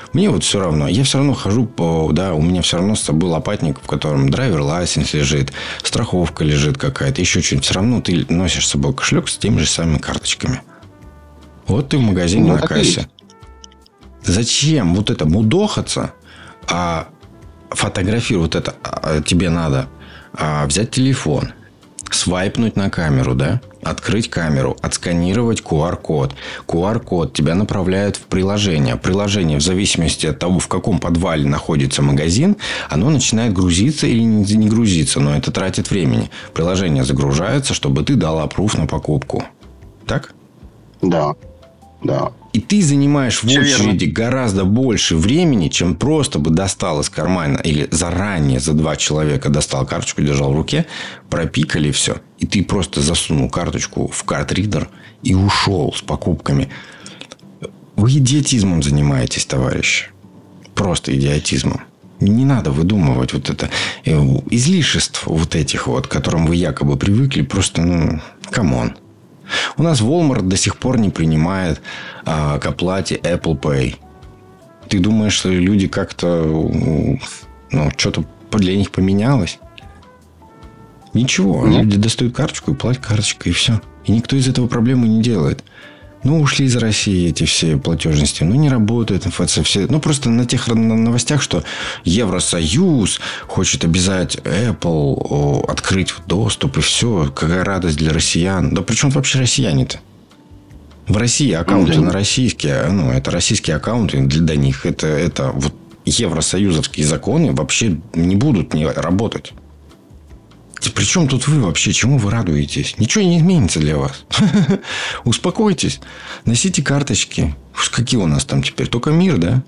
Мне вот все равно. Я все равно хожу по... Да, у меня все равно с собой лопатник, в котором драйвер лайсенс лежит, страховка лежит какая-то, еще что-нибудь. Все равно ты носишь с собой кошелек с теми же самыми карточками. Вот ты в магазине на кассе. Зачем вот это мудохаться, а фотографировать вот это? Тебе надо взять телефон, свайпнуть на камеру, да? Открыть камеру, отсканировать QR-код. QR-код тебя направляет в приложение. Приложение, в зависимости от того, в каком подвале находится магазин, оно начинает грузиться или не грузиться. Но это тратит времени. Приложение загружается, чтобы ты дал аппрув на покупку. Так? Да. И ты занимаешь в Все очереди верно. гораздо больше времени, чем просто бы достал из кармана или заранее за 2 человека достал карточку, держал в руке, пропикали все. И ты просто засунул карточку в картридер и ушел с покупками. Вы идиотизмом занимаетесь, товарищи. Просто идиотизмом. Не надо выдумывать вот это излишеств вот этих вот, к которым вы якобы привыкли. Просто, камон. У нас Walmart до сих пор не принимает к оплате Apple Pay. Ты думаешь, что люди как-то... что-то для них поменялось?Ничего. Нет. Люди достают карточку и платят карточкой, и все. И никто из этого проблемы не делает. Ушли из России эти все платежности. Не работают МФЦ. Все. Просто на тех новостях, что Евросоюз хочет обязать Apple открыть доступ. И все. Какая радость для россиян. Да при чем вообще россияне-то? В России аккаунты на российские. Это российские аккаунты. Для них это вот евросоюзовские законы вообще не будут работать. При чем тут вы вообще? Чему вы радуетесь? Ничего не изменится для вас. Успокойтесь. Носите карточки. Какие у нас там теперь? Только мир, да?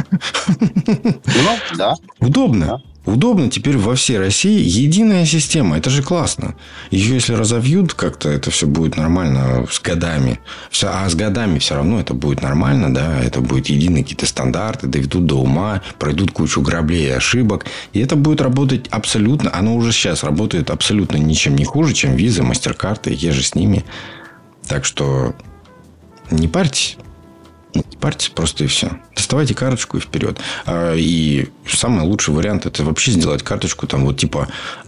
Да. Удобно. Да. Удобно теперь во всей России единая система. Это же классно. Еще если разовьют как-то, это все будет нормально с годами. А с годами все равно это будет нормально, да. Это будет единые какие-то стандарты, доведут до ума, пройдут кучу граблей и ошибок. И это будет работать абсолютно... Оно уже сейчас работает абсолютно ничем не хуже, чем Visa, MasterCard и еже с ними. Так что не парьтесь. Не парьтесь просто и все. Доставайте карточку и вперед. И самый лучший вариант это вообще сделать карточку там вот типа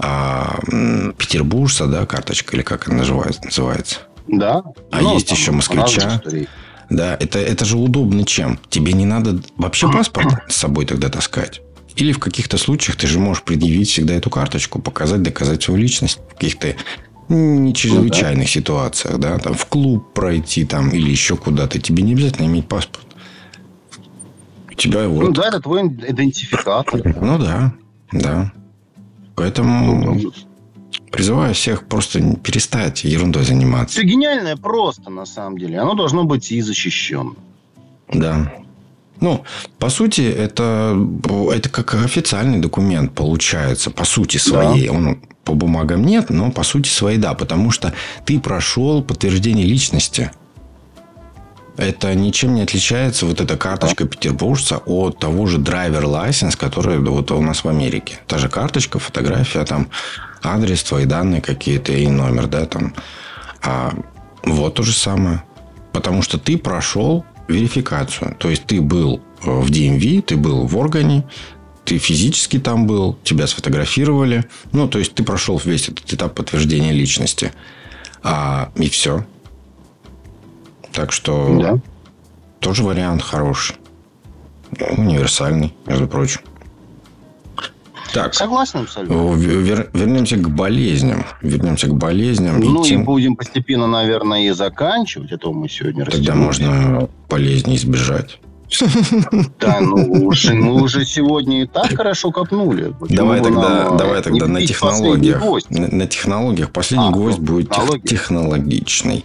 петербуржца, да, карточка или как она называется. Да. Есть еще москвича. Да, это же удобно чем? Тебе не надо вообще паспорт с собой тогда таскать. Или в каких-то случаях ты же можешь предъявить всегда эту карточку, показать, доказать свою личность в каких-то чрезвычайных ситуациях, да, там в клуб пройти там или еще куда-то. Тебе не обязательно иметь паспорт. У тебя вот... это твой идентификатор. Да. Поэтому призываю всех просто перестать ерундой заниматься. Все гениальное просто, на самом деле. Оно должно быть и защищено. Да. По сути, это как официальный документ получается, по сути своей. Да. Он по бумагам нет, но по сути своей да. Потому что ты прошел подтверждение личности. Это ничем не отличается, вот эта карточка петербуржца, от того же драйвер лайсенс, который вот у нас в Америке. Та же карточка, фотография, там, адрес, твои данные какие-то и номер, да, там. Вот то же самое. Потому что ты прошел верификацию. То есть, ты был в DMV, ты был в органе, ты физически там был, тебя сфотографировали. То есть, ты прошел весь этот этап подтверждения личности. И все. Так что, тоже вариант хороший. Универсальный, между прочим. Так. Согласен абсолютно. Вернемся к болезням. И будем постепенно, наверное, и заканчивать. Это мы сегодня Тогда можно болезни избежать. Да, мы уже сегодня и так хорошо копнули. Давай тогда на технологиях. На технологиях. Последний гвоздь будет технологичный.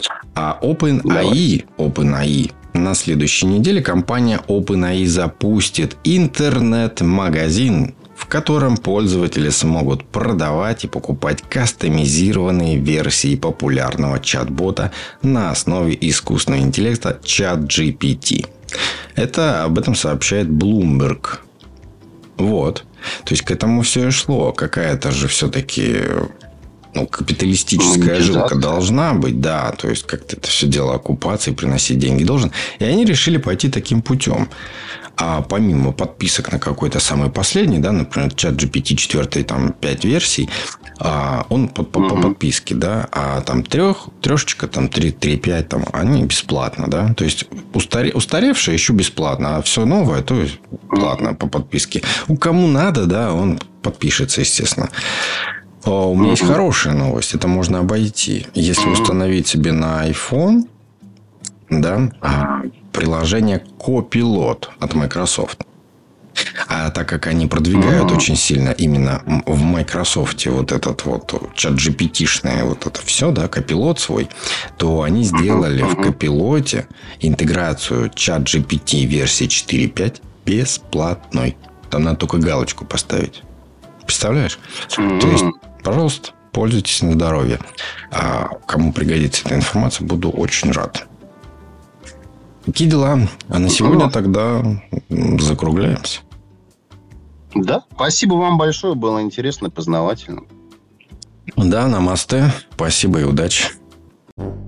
OpenAI. На следующей неделе компания OpenAI запустит интернет-магазин, в котором пользователи смогут продавать и покупать кастомизированные версии популярного чат-бота на основе искусственного интеллекта ChatGPT. Об этом сообщает Bloomberg. Вот. То есть, к этому все и шло. Какая-то же все-таки капиталистическая жилка должна быть, да. То есть, как-то это все дело оккупации, приносить деньги должен. И они решили пойти таким путем. А помимо подписок на какой-то самый последний, да, например, ChatGPT 4, там 5 версий, он по подписке, да, а там трешечка, там 3.5, там, они бесплатно, да. То есть, устаревшее еще бесплатно, а все новое, то есть, платно по подписке. У кому надо, да, он подпишется, естественно. У меня есть хорошая новость. Это можно обойти. Если установить себе на iPhone, да, приложение Copilot от Microsoft. А так как они продвигают очень сильно именно в Microsoft вот этот вот чат-GPT-шное вот это все, да, Copilot свой, то они сделали в Copilot интеграцию чат-GPT версии 4.5 бесплатной. Там надо только галочку поставить. Представляешь? То есть, пожалуйста, пользуйтесь на здоровье. А кому пригодится эта информация, буду очень рад. Какие дела? А на сегодня тогда закругляемся. Да. Спасибо вам большое. Было интересно, познавательно. Да, намасте. Спасибо и удачи.